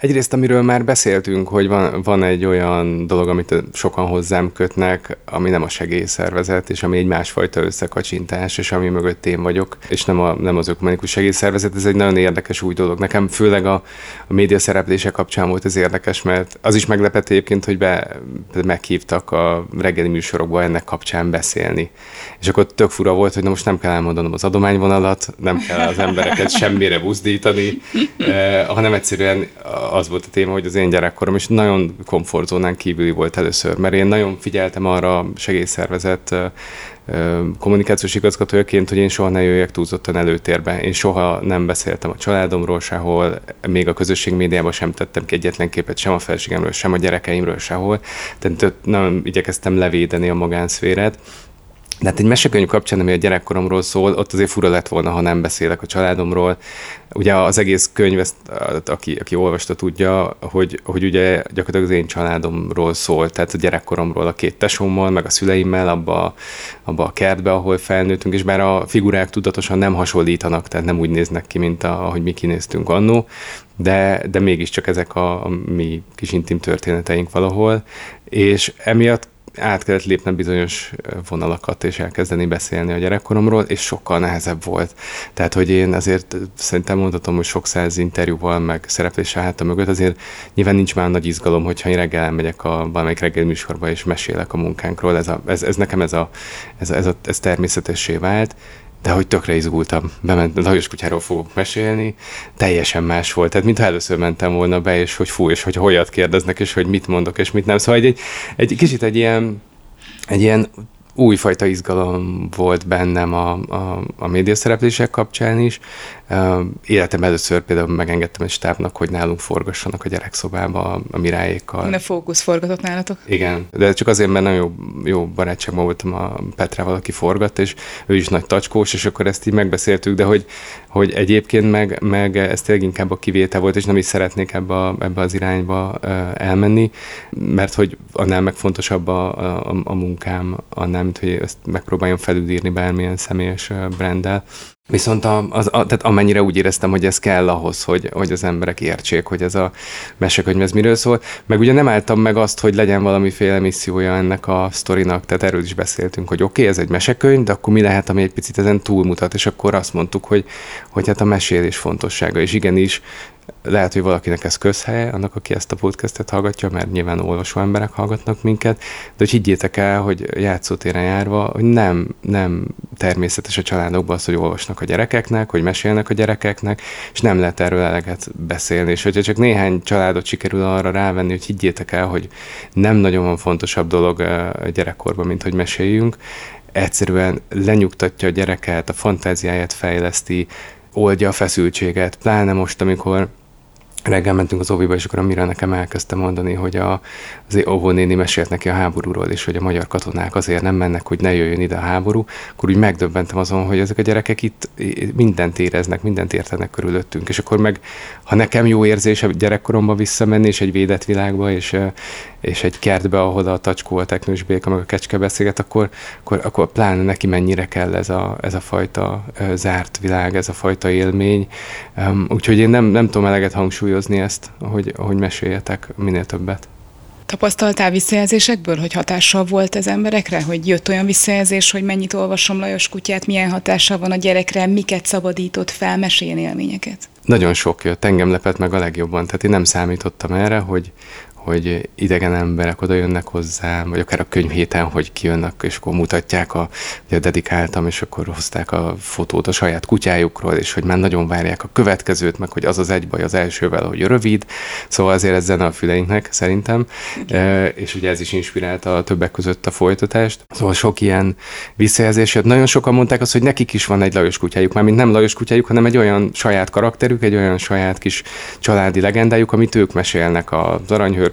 Egyrészt, amiről már beszéltünk, hogy van, van egy olyan dolog, amit sokan hozzám kötnek, ami nem a segélyszervezet, és ami egy másfajta összekacsintás, és ami mögött én vagyok, és nem, a, nem az ökumenikus segélyszervezet. Ez egy nagyon érdekes új dolog. Nekem főleg a, a média szereplése kapcsán volt ez érdekes, mert az is meglepett egyébként, hogy be, meghívtak a reggeli műsorokba ennek kapcsán beszélni. És akkor tök fura volt, hogy na most nem kell elmondanom az adományvonalat, nem kell az embereket semmire buzdítani, eh, hanem egyszerűen az volt a téma, hogy az én gyerekkorom is nagyon komfortzónán kívüli volt először, mert én nagyon figyeltem arra a segélyszervezet eh, kommunikációs igazgatójaként, hogy én soha ne jöjjek túlzottan előtérbe. Én soha nem beszéltem a családomról sehol, még a közösségmédiában sem tettem ki egyetlen képet sem a feleségemről, sem a gyerekeimről sehol. Tehát nem igyekeztem levédeni a magánszférát. De hát egy mesekönyv kapcsán, ami a gyerekkoromról szól, ott azért fura lett volna, ha nem beszélek a családomról. Ugye az egész könyv, ezt, aki, aki olvasta, tudja, hogy, hogy ugye gyakorlatilag az én családomról szól, tehát a gyerekkoromról a két tesómmal, meg a szüleimmel, abba, abba a kertbe, ahol felnőttünk, és bár a figurák tudatosan nem hasonlítanak, tehát nem úgy néznek ki, mint a, ahogy mi kinéztünk annó, de, de mégiscsak ezek a, a mi kis intim történeteink valahol, és emiatt át kellett lépnem bizonyos vonalakat, és elkezdeni beszélni a gyerekkoromról, és sokkal nehezebb volt. Tehát, hogy én azért szerintem mondhatom, hogy sok száz interjúval, meg szerepléssel hátam mögött, azért nyilván nincs már nagy izgalom, hogyha én reggel elmegyek a valamelyik reggeli műsorba, és mesélek a munkánkról. Ez, a, ez, ez nekem ez, a, ez, a, ez, a, ez természetessé vált, de hogy tökre izgultam. Bement, Lajos kutyáról fogok mesélni, teljesen más volt. Tehát mintha először mentem volna be, és hogy fú, és hogy hogyat kérdeznek, és hogy mit mondok, és mit nem. Szóval egy, egy kicsit egy ilyen, egy ilyen újfajta izgalom volt bennem a, a, a médiaszereplések kapcsán is. Uh, életem először például megengedtem egy stábnak, hogy nálunk forgassanak a gyerekszobába a, a Mirályékkal. Ne fókusz forgatott nálatok? Igen, de csak azért, mert nagyon jó, jó barátságban voltam a Petrával, aki forgat, és ő is nagy tacskós, és akkor ezt így megbeszéltük, de hogy, hogy egyébként meg, meg ez tényleg inkább a kivétel volt, és nem is szeretnék ebbe, a, ebbe az irányba uh, elmenni, mert hogy annál meg fontosabb a, a, a munkám, annál, mint hogy ezt megpróbáljon felülírni bármilyen személyes uh, branddel. Viszont a, az, a, tehát amennyire úgy éreztem, hogy ez kell ahhoz, hogy, hogy az emberek értsék, hogy ez a mesekönyv ez miről szól. Meg ugye nem álltam meg azt, hogy legyen valamiféle missziója ennek a sztorinak, tehát erről is beszéltünk, hogy oké, okay, ez egy mesekönyv, de akkor mi lehet, ami egy picit ezen túlmutat, és akkor azt mondtuk, hogy, hogy hát a mesélés fontossága, és igenis, lehet, hogy valakinek ez közhely, annak, aki ezt a podcastet hallgatja, mert nyilván olvasó emberek hallgatnak minket, de hogy higgyétek el, hogy játszótéren járva, hogy nem, nem természetes a családokban az, hogy olvasnak a gyerekeknek, hogy mesélnek a gyerekeknek, és nem lehet erről eleget beszélni. És hogyha csak néhány családot sikerül arra rávenni, hogy higgyétek el, hogy nem nagyon van fontosabb dolog a gyerekkorban, mint hogy meséljünk, egyszerűen lenyugtatja a gyereket, a fantáziáját fejleszti, oldja a feszültséget, pláne most, amikor reggel mentünk az óviba, és akkor amire nekem elkezdte mondani, hogy a, az óvónéni mesélt neki a háborúról, és hogy a magyar katonák azért nem mennek, hogy ne jöjjön ide a háború, akkor úgy megdöbbentem azon, hogy ezek a gyerekek itt mindent éreznek, mindent értenek körülöttünk, és akkor meg, ha nekem jó érzés a gyerekkoromba visszamenni, és egy védett világba, és, és egy kertbe, ahol a tacskó, a teknős béka, meg a kecske beszélget, akkor, akkor, akkor pláne neki mennyire kell ez a, ez a fajta zárt világ, ez a fajta élmény. Úgyhogy én nem, nem tudom eleget hangsúlyozni ezt, hogy, hogy meséljetek minél többet. Tapasztaltál visszajelzésekből, hogy hatással volt ez emberekre? Hogy jött olyan visszajelzés, hogy mennyit olvasom Lajos kutyát, milyen hatással van a gyerekre, miket szabadított fel, mesélni élményeket? Nagyon sok jött, engem lepett meg a legjobban. Tehát én nem számítottam erre, hogy, hogy idegen emberek oda jönnek hozzám, vagy akár a könyvhéten, hogy kijönnek, és akkor mutatják, a, ugye dedikáltam, és akkor hozták a fotót a saját kutyájukról, és hogy már nagyon várják a következőt, meg hogy az az egy baj az elsővel, hogy rövid, szóval azért ez zene a füleinknek, szerintem, e, és ugye ez is inspirálta a többek között a folytatást. Szóval sok ilyen visszajelzés jött. Nagyon sokan mondták azt, hogy nekik is van egy Lajos kutyájuk, mármint nem Lajos kutyájuk, hanem egy olyan saját karakterük, egy olyan saját kis családi legendájuk, amit ők mesélnek az Aranyhőr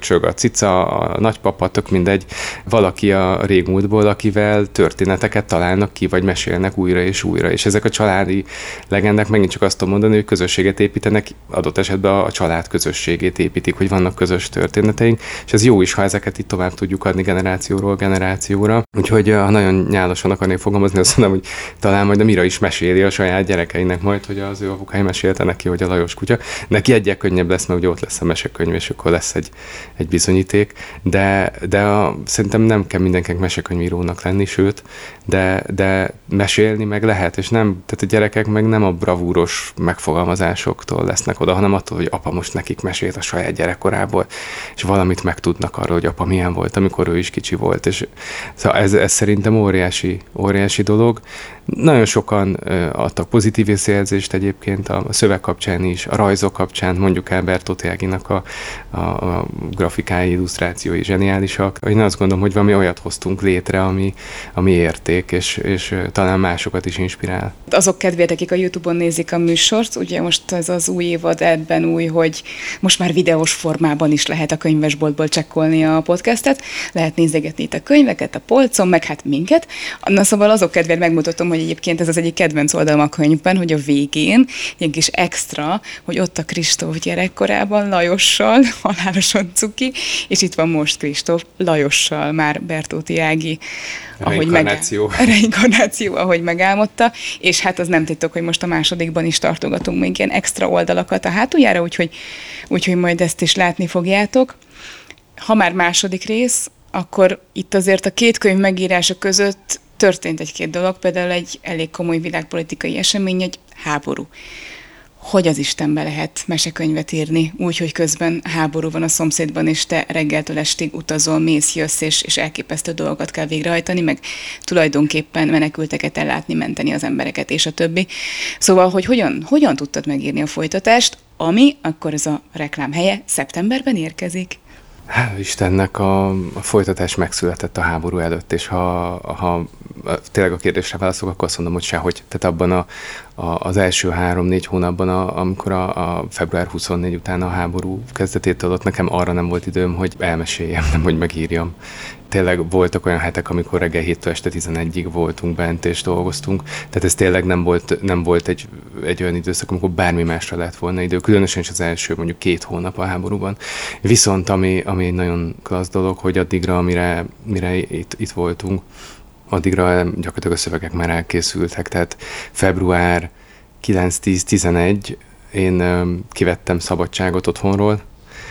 köcsög, a cica, a nagypapa, tök mindegy, valaki a régmúltból, akivel történeteket találnak ki, vagy mesélnek újra és újra. És ezek a családi legendák megint csak azt tudom mondani, hogy közösséget építenek, adott esetben a család közösségét építik, hogy vannak közös történeteink, és ez jó is, ha ezeket itt tovább tudjuk adni generációról generációra. Úgyhogy ha nagyon nyálasan akarnék fogalmazni, azt mondom, hogy talán majd a Mira is meséli a saját gyerekeinek majd, hogy az ő apukája mesélte neki, hogy a Lajos kutya. Neki egyel könnyebb lesz, mert ugye ott lesz a mesekönyv, és akkor lesz egy, egy bizonyíték. De, de a, szerintem nem kell mindenkinek mesekönyvírónak lenni, sőt, de, de mesélni meg lehet, és nem, tehát a gyerekek meg nem a bravúros megfogalmazásoktól lesznek oda, hanem attól, hogy apa most nekik mesélt a saját gyerekkorából, és valamit megtudnak arról, hogy apa milyen volt, amikor ő is kicsi volt. És szóval ez, ez szerintem óriási, óriási dolog. Nagyon sokan adtak pozitív visszajelzést egyébként a szöveg kapcsán is, a rajzok kapcsán, mondjuk el Bertóti Áginak a, a, a grafikái, illusztrációi zseniálisak. Én azt gondolom, hogy valami olyat hoztunk létre, ami, ami érték, és, és talán másokat is inspirál. Azok kedvéért, akik a YouTube-on nézik a műsort, ugye most ez az új évad ebben új, hogy most már videós formában is lehet a könyvesboltból csekkolni a podcastet, lehet nézegetni itt a könyveket a polcon, meg hát minket. Na szóval azok kedvéért megmutatom, hogy egyébként ez az egyik kedvenc oldalam a könyvben, hogy a végén ilyen kis extra, hogy ott a Kristóf gyerekkorában Lajossal, halálosan cuki, és itt van most Kristóf Lajossal, már Bertóti Ági, ahogy meg, reinkarnáció, ahogy megálmodta, és hát az nem titok, hogy most a másodikban is tartogatunk még ilyen extra oldalakat a hátuljára, úgyhogy, úgyhogy majd ezt is látni fogjátok. Ha már második rész, akkor itt azért a két könyv megírása között történt egy-két dolog, például egy elég komoly világpolitikai esemény, egy háború. Hogy az Istenbe lehet mesekönyvet írni, úgyhogy közben háború van a szomszédban, és te reggeltől estig utazol, mész, jössz, és, és elképesztő dolgokat kell végrehajtani, meg tulajdonképpen menekülteket ellátni, menteni az embereket, és a többi. Szóval, hogy hogyan, hogyan tudtad megírni a folytatást, ami, akkor ez a reklám helye, szeptemberben érkezik. Hál' Istennek a, a folytatás megszületett a háború előtt, és ha, ha tényleg a kérdésre válaszolok, akkor azt mondom, hogy sehogy. Tehát abban a, a, az első három-négy hónapban, a, amikor a, a február huszonnégy után a háború kezdetétől ott nekem arra nem volt időm, hogy elmeséljem, nem hogy megírjam. Tényleg voltak olyan hetek, amikor reggel héttől este tizenegyig voltunk bent és dolgoztunk, tehát ez tényleg nem volt, nem volt egy, egy olyan időszak, amikor bármi másra lett volna idő, különösen is az első mondjuk két hónap a háborúban. Viszont ami, ami egy nagyon klassz dolog, hogy addigra, amire, mire itt, itt voltunk, addigra gyakorlatilag a szövegek már elkészültek, tehát február kilenc tíz tizenegy én kivettem szabadságot otthonról,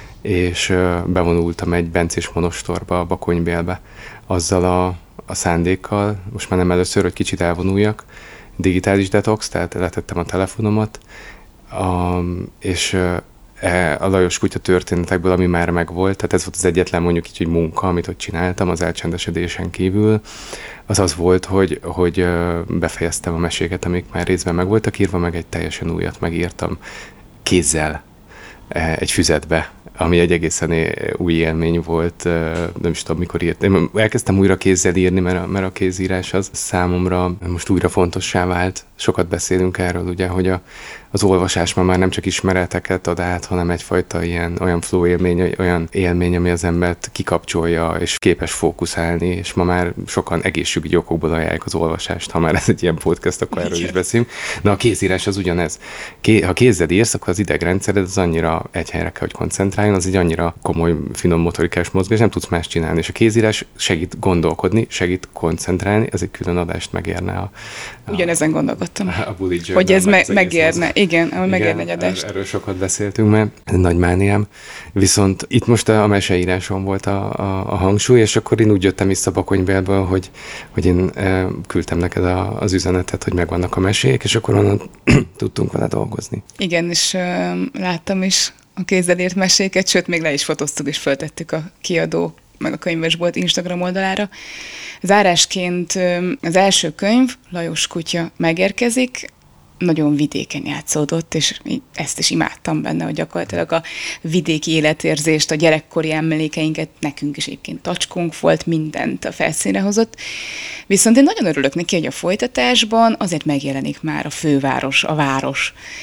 és bevonultam egy bencés monostorba, a Bakonybélbe, azzal a, a szándékkal, most már nem először, hogy kicsit elvonuljak, digitális detox, tehát letettem a telefonomat, a, és a Lajos kutya történetekből, ami már megvolt, tehát ez volt az egyetlen mondjuk így, hogy munka, amit ott csináltam az elcsendesedésen kívül, az az volt, hogy, hogy befejeztem a meséket, amik már részben meg voltak írva, meg egy teljesen újat megírtam kézzel egy füzetbe, ami egy egészen új élmény volt, nem is tudom, mikor írtam. Én elkezdtem újra kézzel írni, mert a, mert a kézírás az számomra most újra fontossá vált. Sokat beszélünk erről, ugye, hogy a, az olvasás ma már nem csak ismereteket ad át, hanem egyfajta ilyen, olyan flow élmény, olyan élmény, ami az embert kikapcsolja, és képes fókuszálni, és ma már sokan egészségügyi okokból ajánlják az olvasást, ha már ez egy ilyen podcast, akkor erről is beszélünk. De a kézírás az ugyanez. Ké, ha kézzel írsz, akkor az idegrendszered az annyira egy helyre kell, hogy koncentráljon, az egy annyira komoly, finom motorikás mozgás, nem tudsz más csinálni. És a kézírás segít gondolkodni, segít koncentrálni, ez egy külön adást megérne a... a Ugyanezen gondolkodtam. A bullet journal, hogy ez me- megérne, mozgás. igen, ahogy megérne egy adást. Erről sokat beszéltünk már, nagy mániám. Viszont itt most a meseíráson volt a, a, a hangsúly, és akkor én úgy jöttem vissza Bakonybélből, hogy, hogy én e, küldtem neked a, az üzenetet, hogy megvannak a mesék, és akkor onnan tudtunk vele dolgozni. Igen, és uh, láttam is a kézzel írt meséket, sőt, még le is fotóztuk, és föltettük a kiadó meg a könyvesbolt Instagram oldalára. Zárásként az első könyv, Lajos kutya megérkezik, nagyon vidéken játszódott, és ezt is imádtam benne, hogy gyakorlatilag a vidéki életérzést, a gyerekkori emlékeinket, nekünk is egyébként tacskónk volt, mindent a felszínre hozott. Viszont én nagyon örülök neki, hogy a folytatásban azért megjelenik már a főváros, a város.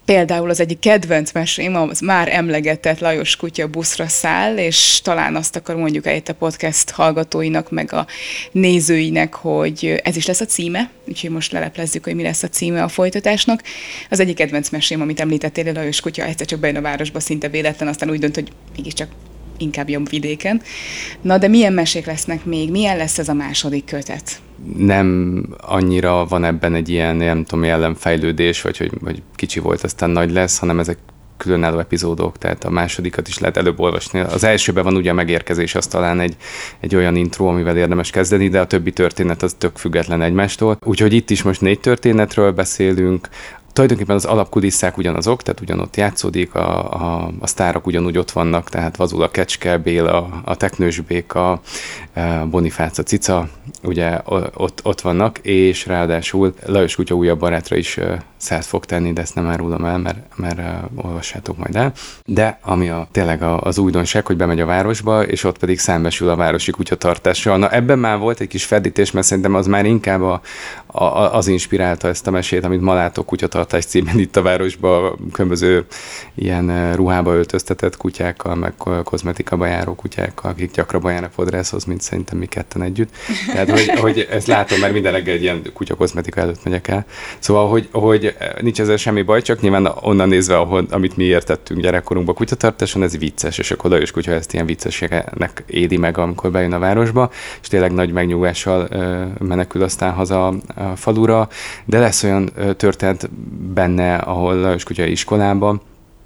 Például az egyik kedvenc mesém, az már emlegetett Lajos kutya buszra száll, és talán azt akar mondjuk itt a podcast hallgatóinak, meg a nézőinek, hogy ez is lesz a címe, úgyhogy most leleplezzük, hogy mi lesz a címe a folytatásnak. Az egyik kedvenc mesém, amit említettél, Lajos kutya egyszer csak bejön a városba, szinte véletlen, aztán úgy dönt, hogy mégiscsak inkább jobb vidéken. Na, de milyen mesék lesznek még? Milyen lesz ez a második kötet? Nem annyira van ebben egy ilyen, nem tudom, jellemfejlődés, vagy hogy, hogy kicsi volt, aztán nagy lesz, hanem ezek különálló epizódok, tehát a másodikat is lehet előbb olvasni. Az elsőben van ugye a megérkezés, az talán egy, egy olyan intro, amivel érdemes kezdeni, de a többi történet az tök független egymástól. Úgyhogy itt is most négy történetről beszélünk. Tulajdonképpen az alapkulisszák ugyanazok, tehát ugyanott játszódik, a, a, a sztárok ugyanúgy ott vannak, tehát Vazul a kecske, Béla, a teknős béka, Bonifác a cica, ugye ott, ott vannak, és ráadásul Lajos kutya újabb barátra is szert fog tenni, de ezt nem árulom el, mert, mert olvassátok majd el. De ami a, tényleg az újdonság, hogy bemegy a városba, és ott pedig szembesül a városi kutyatartással. Na ebben már volt egy kis ferdítés, mert szerintem az már inkább a, a, az inspirálta ezt a mesét, amit ma látok kutyatartás címen itt a városban, különböző ilyen ruhába öltöztetett kutyákkal, meg kozmetikaba járó kutyákkal, akik gyakrabban járnak fodrászhoz, mint szerintem mi ketten együtt. Tehát, hogy, hogy ezt látom, mert minden reggel egy ilyen kutyakozmetika előtt megyek el. Szóval, hogy, hogy nincs ezzel semmi baj, csak nyilván onnan nézve, ahol, amit mi értettünk gyerekkorunkban kutyatartáson, ez vicces, és akkor Lajos kutya ezt ilyen viccességnek éli meg, amikor bejön a városba, és tényleg nagy megnyugvással menekül aztán haza a falura, de lesz olyan történet benne, ahol Lajos kutya iskolába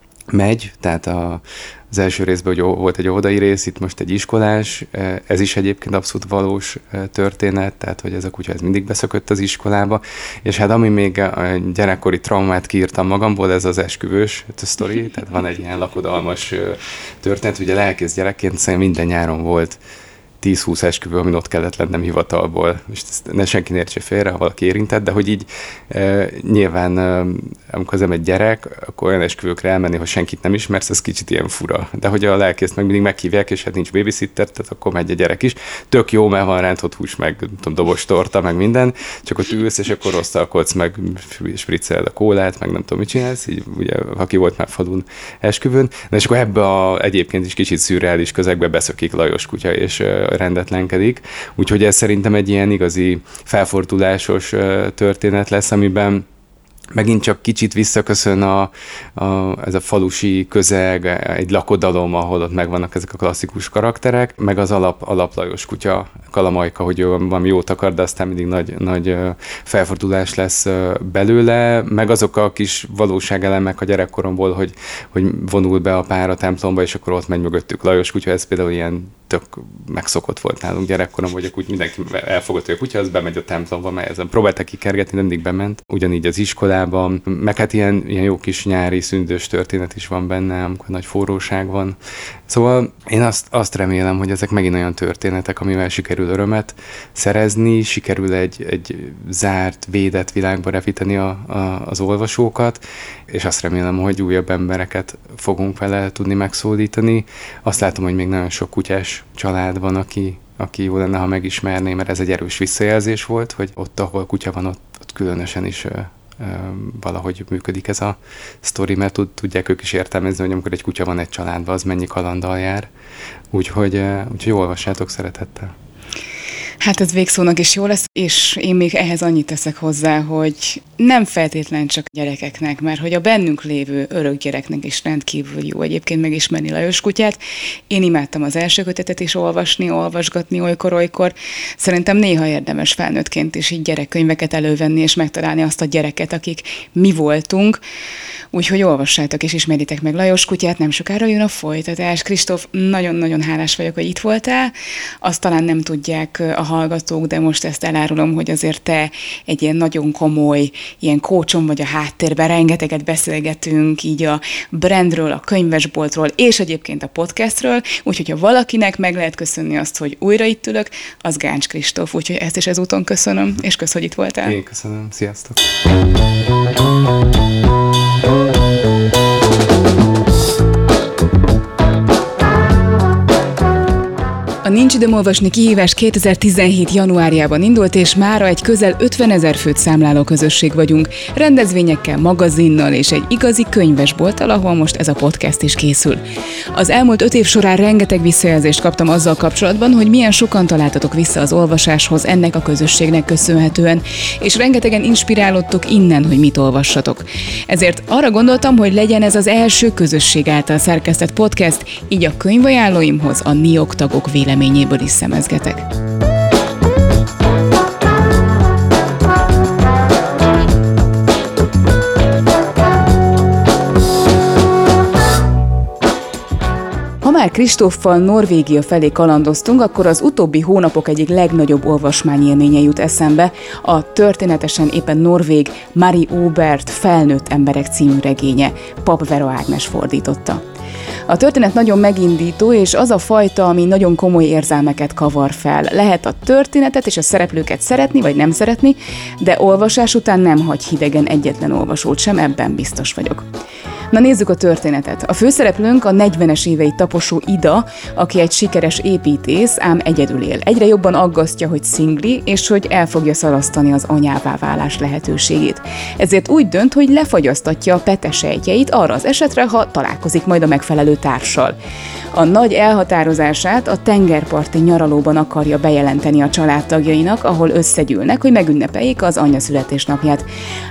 megy, tehát a, az első részben hogy volt egy óvodai rész, itt most egy iskolás, ez is egyébként abszolút valós történet, tehát hogy ez a kutya ez mindig beszökött az iskolába, és hát ami még a gyerekkori traumát kiírtam magamból, ez az esküvős sztori, tehát van egy ilyen lakodalmas történet, ugye lelkész gyerekként szerintem minden nyáron volt tíz-húsz esküvő, amin ott kellett lennem hivatalból. Most ezt ne senki értse félre, ha valaki érintett, de hogy így e, nyilván, e, amikor az egy gyerek, akkor olyan esküvőkre elmenni, hogy senkit nem ismersz, ez kicsit ilyen fura. De hogy a lelkészt meg mindig meghívják, és hát nincs babysitter, tehát akkor megy a gyerek is. Tök jó, mert van rántott hús, meg tudom, dobos torta, meg minden, csak ott ülsz, és akkor rosszalkodsz, meg spricceled a kólát, meg nem tudom, mit csinálsz, így ugye, aki volt már falun esküvőn. De és akkor ebbe a egyébként is kicsit szürreális közegbe beszökik Lajos kutya, és rendetlenkedik. Úgyhogy ez szerintem egy ilyen igazi felfordulásos történet lesz, amiben megint csak kicsit visszaköszön a, a, ez a falusi közeg, egy lakodalom, ahol ott megvannak ezek a klasszikus karakterek, meg az alap, alap Lajos kutya, Kalamajka, hogy valami jót akar, de aztán mindig nagy, nagy felfordulás lesz belőle, meg azok a kis valóságelemek a gyerekkoromból, hogy, hogy vonul be a pár a templomba, és akkor ott megy mögöttük Lajos kutya, ez például ilyen tök megszokott volt nálunk gyerekkorom, hogy úgy mindenki elfogott, hogy a kutya, az bemegy a templomba, mert ezen próbáltak kikergetni, de mindig bement. Ugyanígy az iskolában, meg hát ilyen, ilyen jó kis nyári szündős történet is van benne, amikor nagy forróság van. Szóval én azt, azt remélem, hogy ezek megint olyan történetek, amivel sikerül örömet szerezni, sikerül egy, egy zárt, védett világba repíteni a, a, az olvasókat, és azt remélem, hogy újabb embereket fogunk vele tudni megszólítani. Azt látom, hogy még nagyon sok kutyás család van, aki, aki jó lenne, ha megismerné, mert ez egy erős visszajelzés volt, hogy ott, ahol kutya van, ott, ott különösen is ö, ö, valahogy működik ez a sztori, mert tud, tudják ők is értelmezni, hogy amikor egy kutya van egy családban, az mennyi kalanddal jár. Úgyhogy, ö, úgyhogy olvassátok szeretettel. Hát ez végszónak is jó lesz, és én még ehhez annyit teszek hozzá, hogy nem feltétlen csak gyerekeknek, mert hogy a bennünk lévő örök gyereknek is rendkívül jó egyébként megismerni Lajos kutyát. Én imádtam az első kötetet is olvasni, olvasgatni olykor-olykor. Szerintem néha érdemes felnőttként is így gyerekkönyveket elővenni, és megtalálni azt a gyereket, akik mi voltunk. Úgyhogy olvassátok és ismeritek meg Lajos kutyát, nem sokára jön a folytatás. Kristóf, nagyon-nagyon hálás vagyok, hogy itt voltál. Azt talán nem tudják a hallgatók, de most ezt elárulom, hogy azért te egy ilyen nagyon komoly, ilyen kócsom vagy a háttérben, rengeteget beszélgetünk így a brandről, a könyvesboltról, és egyébként a podcastről, úgyhogy ha valakinek meg lehet köszönni azt, hogy újra itt ülök, az Gáncs Kristóf, úgyhogy ezt is ezúton köszönöm, és kösz, hogy itt voltál. Én köszönöm, sziasztok! A Nincs időm olvasni kihívás kétezer-tizenhét januárjában indult, és mára egy közel ötvenezer főt számláló közösség vagyunk, rendezvényekkel, magazinnal és egy igazi könyvesbolttal, ahol most ez a podcast is készül. Az elmúlt öt év során rengeteg visszajelzést kaptam azzal kapcsolatban, hogy milyen sokan találtatok vissza az olvasáshoz ennek a közösségnek köszönhetően, és rengetegen inspirálódtok innen, hogy mit olvassatok. Ezért arra gondoltam, hogy legyen ez az első közösség által szerkesztett podcast, így a könyvajánlóimhoz a NIOK tagok véleményéből is szemezgetek. Ha már Kristóffal Norvégia felé kalandoztunk, akkor az utóbbi hónapok egyik legnagyobb olvasmányélménye jut eszembe, a történetesen éppen norvég Mari Obert Felnőtt emberek című regénye, Papp Vera Ágnes fordította. A történet nagyon megindító, és az a fajta, ami nagyon komoly érzelmeket kavar fel. Lehet a történetet és a szereplőket szeretni, vagy nem szeretni, de olvasás után nem hagy hidegen egyetlen olvasót sem, ebben biztos vagyok. Na nézzük a történetet. A főszereplőnk a negyvenes éveit taposó Ida, aki egy sikeres építész, ám egyedül él. Egyre jobban aggasztja, hogy szingli, és hogy el fogja szalasztani az anyává válás lehetőségét. Ezért úgy dönt, hogy lefagyasztatja a petesejtjeit arra az esetre, ha találkozik majd a megfelelő társal. A nagy elhatározását a tengerparti nyaralóban akarja bejelenteni a családtagjainak, ahol összegyűlnek, hogy megünnepeljék az anyja születésnapját.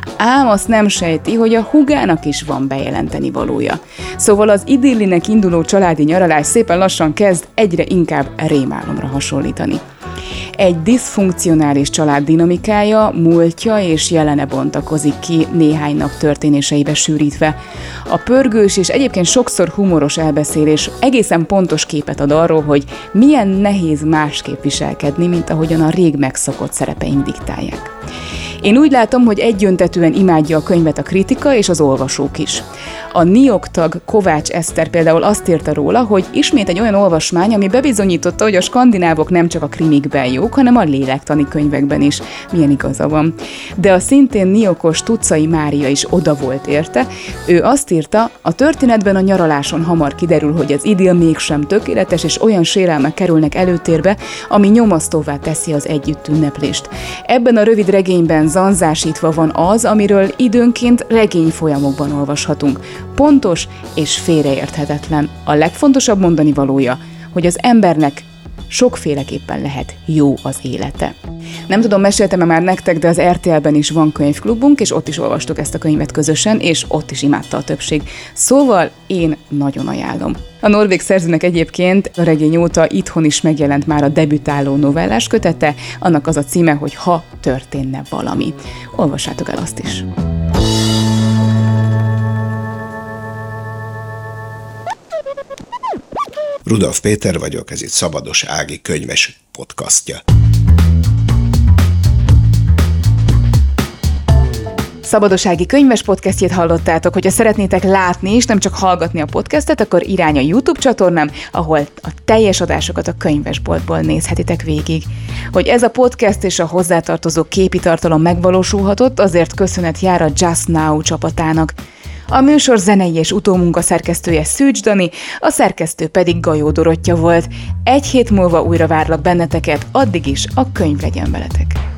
Ám azt nem sejti, hogy a húgának is van bejelenteni valója. Szóval az idillinek induló családi nyaralás szépen lassan kezd egyre inkább rémálomra hasonlítani. Egy diszfunkcionális család dinamikája, múltja és jelene bontakozik ki néhány nap történéseibe sűrítve. A pörgős és egyébként sokszor humoros elbeszélés egészen pontos képet ad arról, hogy milyen nehéz másképp viselkedni, mint ahogyan a rég megszokott szerepeink diktálják. Én úgy látom, hogy egyöntetűen imádja a könyvet a kritika és az olvasók is. A NIOK tag Kovács Eszter például azt írta róla, hogy ismét egy olyan olvasmány, ami bebizonyította, hogy a skandinávok nem csak a krimikben jók, hanem a lélektani könyvekben is. Milyen igaza van. De a szintén niokos Tucai Mária is oda volt érte. Ő azt írta, a történetben a nyaraláson hamar kiderül, hogy az idill mégsem tökéletes, és olyan sérelmek kerülnek előtérbe, ami nyomasztóvá teszi az együtt ünneplést. Ebben a rövid regényben zanzásítva van az, amiről időnként regény folyamokban olvashatunk. Pontos és félreérthetetlen. A legfontosabb mondani valója, hogy az embernek sokféleképpen lehet jó az élete. Nem tudom, meséltem-e már nektek, de az er té el-ben is van könyvklubunk, és ott is olvastuk ezt a könyvet közösen, és ott is imádta a többség. Szóval én nagyon ajánlom. A norvég szerzőnek egyébként a regény óta itthon is megjelent már a debütáló novellás kötete, annak az a címe, hogy Ha történne valami. Olvassátok el azt is. Rudolf Péter vagyok, ez itt Szabados Ági könyves podcastja. Szabados Ági könyves podcastjét hallottátok, hogyha szeretnétek látni és nem csak hallgatni a podcastet, akkor irány a YouTube csatornám, ahol a teljes adásokat a könyvesboltból nézhetitek végig. Hogy ez a podcast és a hozzátartozó képi tartalom megvalósulhatott, azért köszönet jár a Just Now csapatának. A műsor zenei és utómunka szerkesztője Szűcs Dani, a szerkesztő pedig Gajó Dorottya volt. Egy hét múlva újra várlak benneteket, addig is a könyv legyen veletek.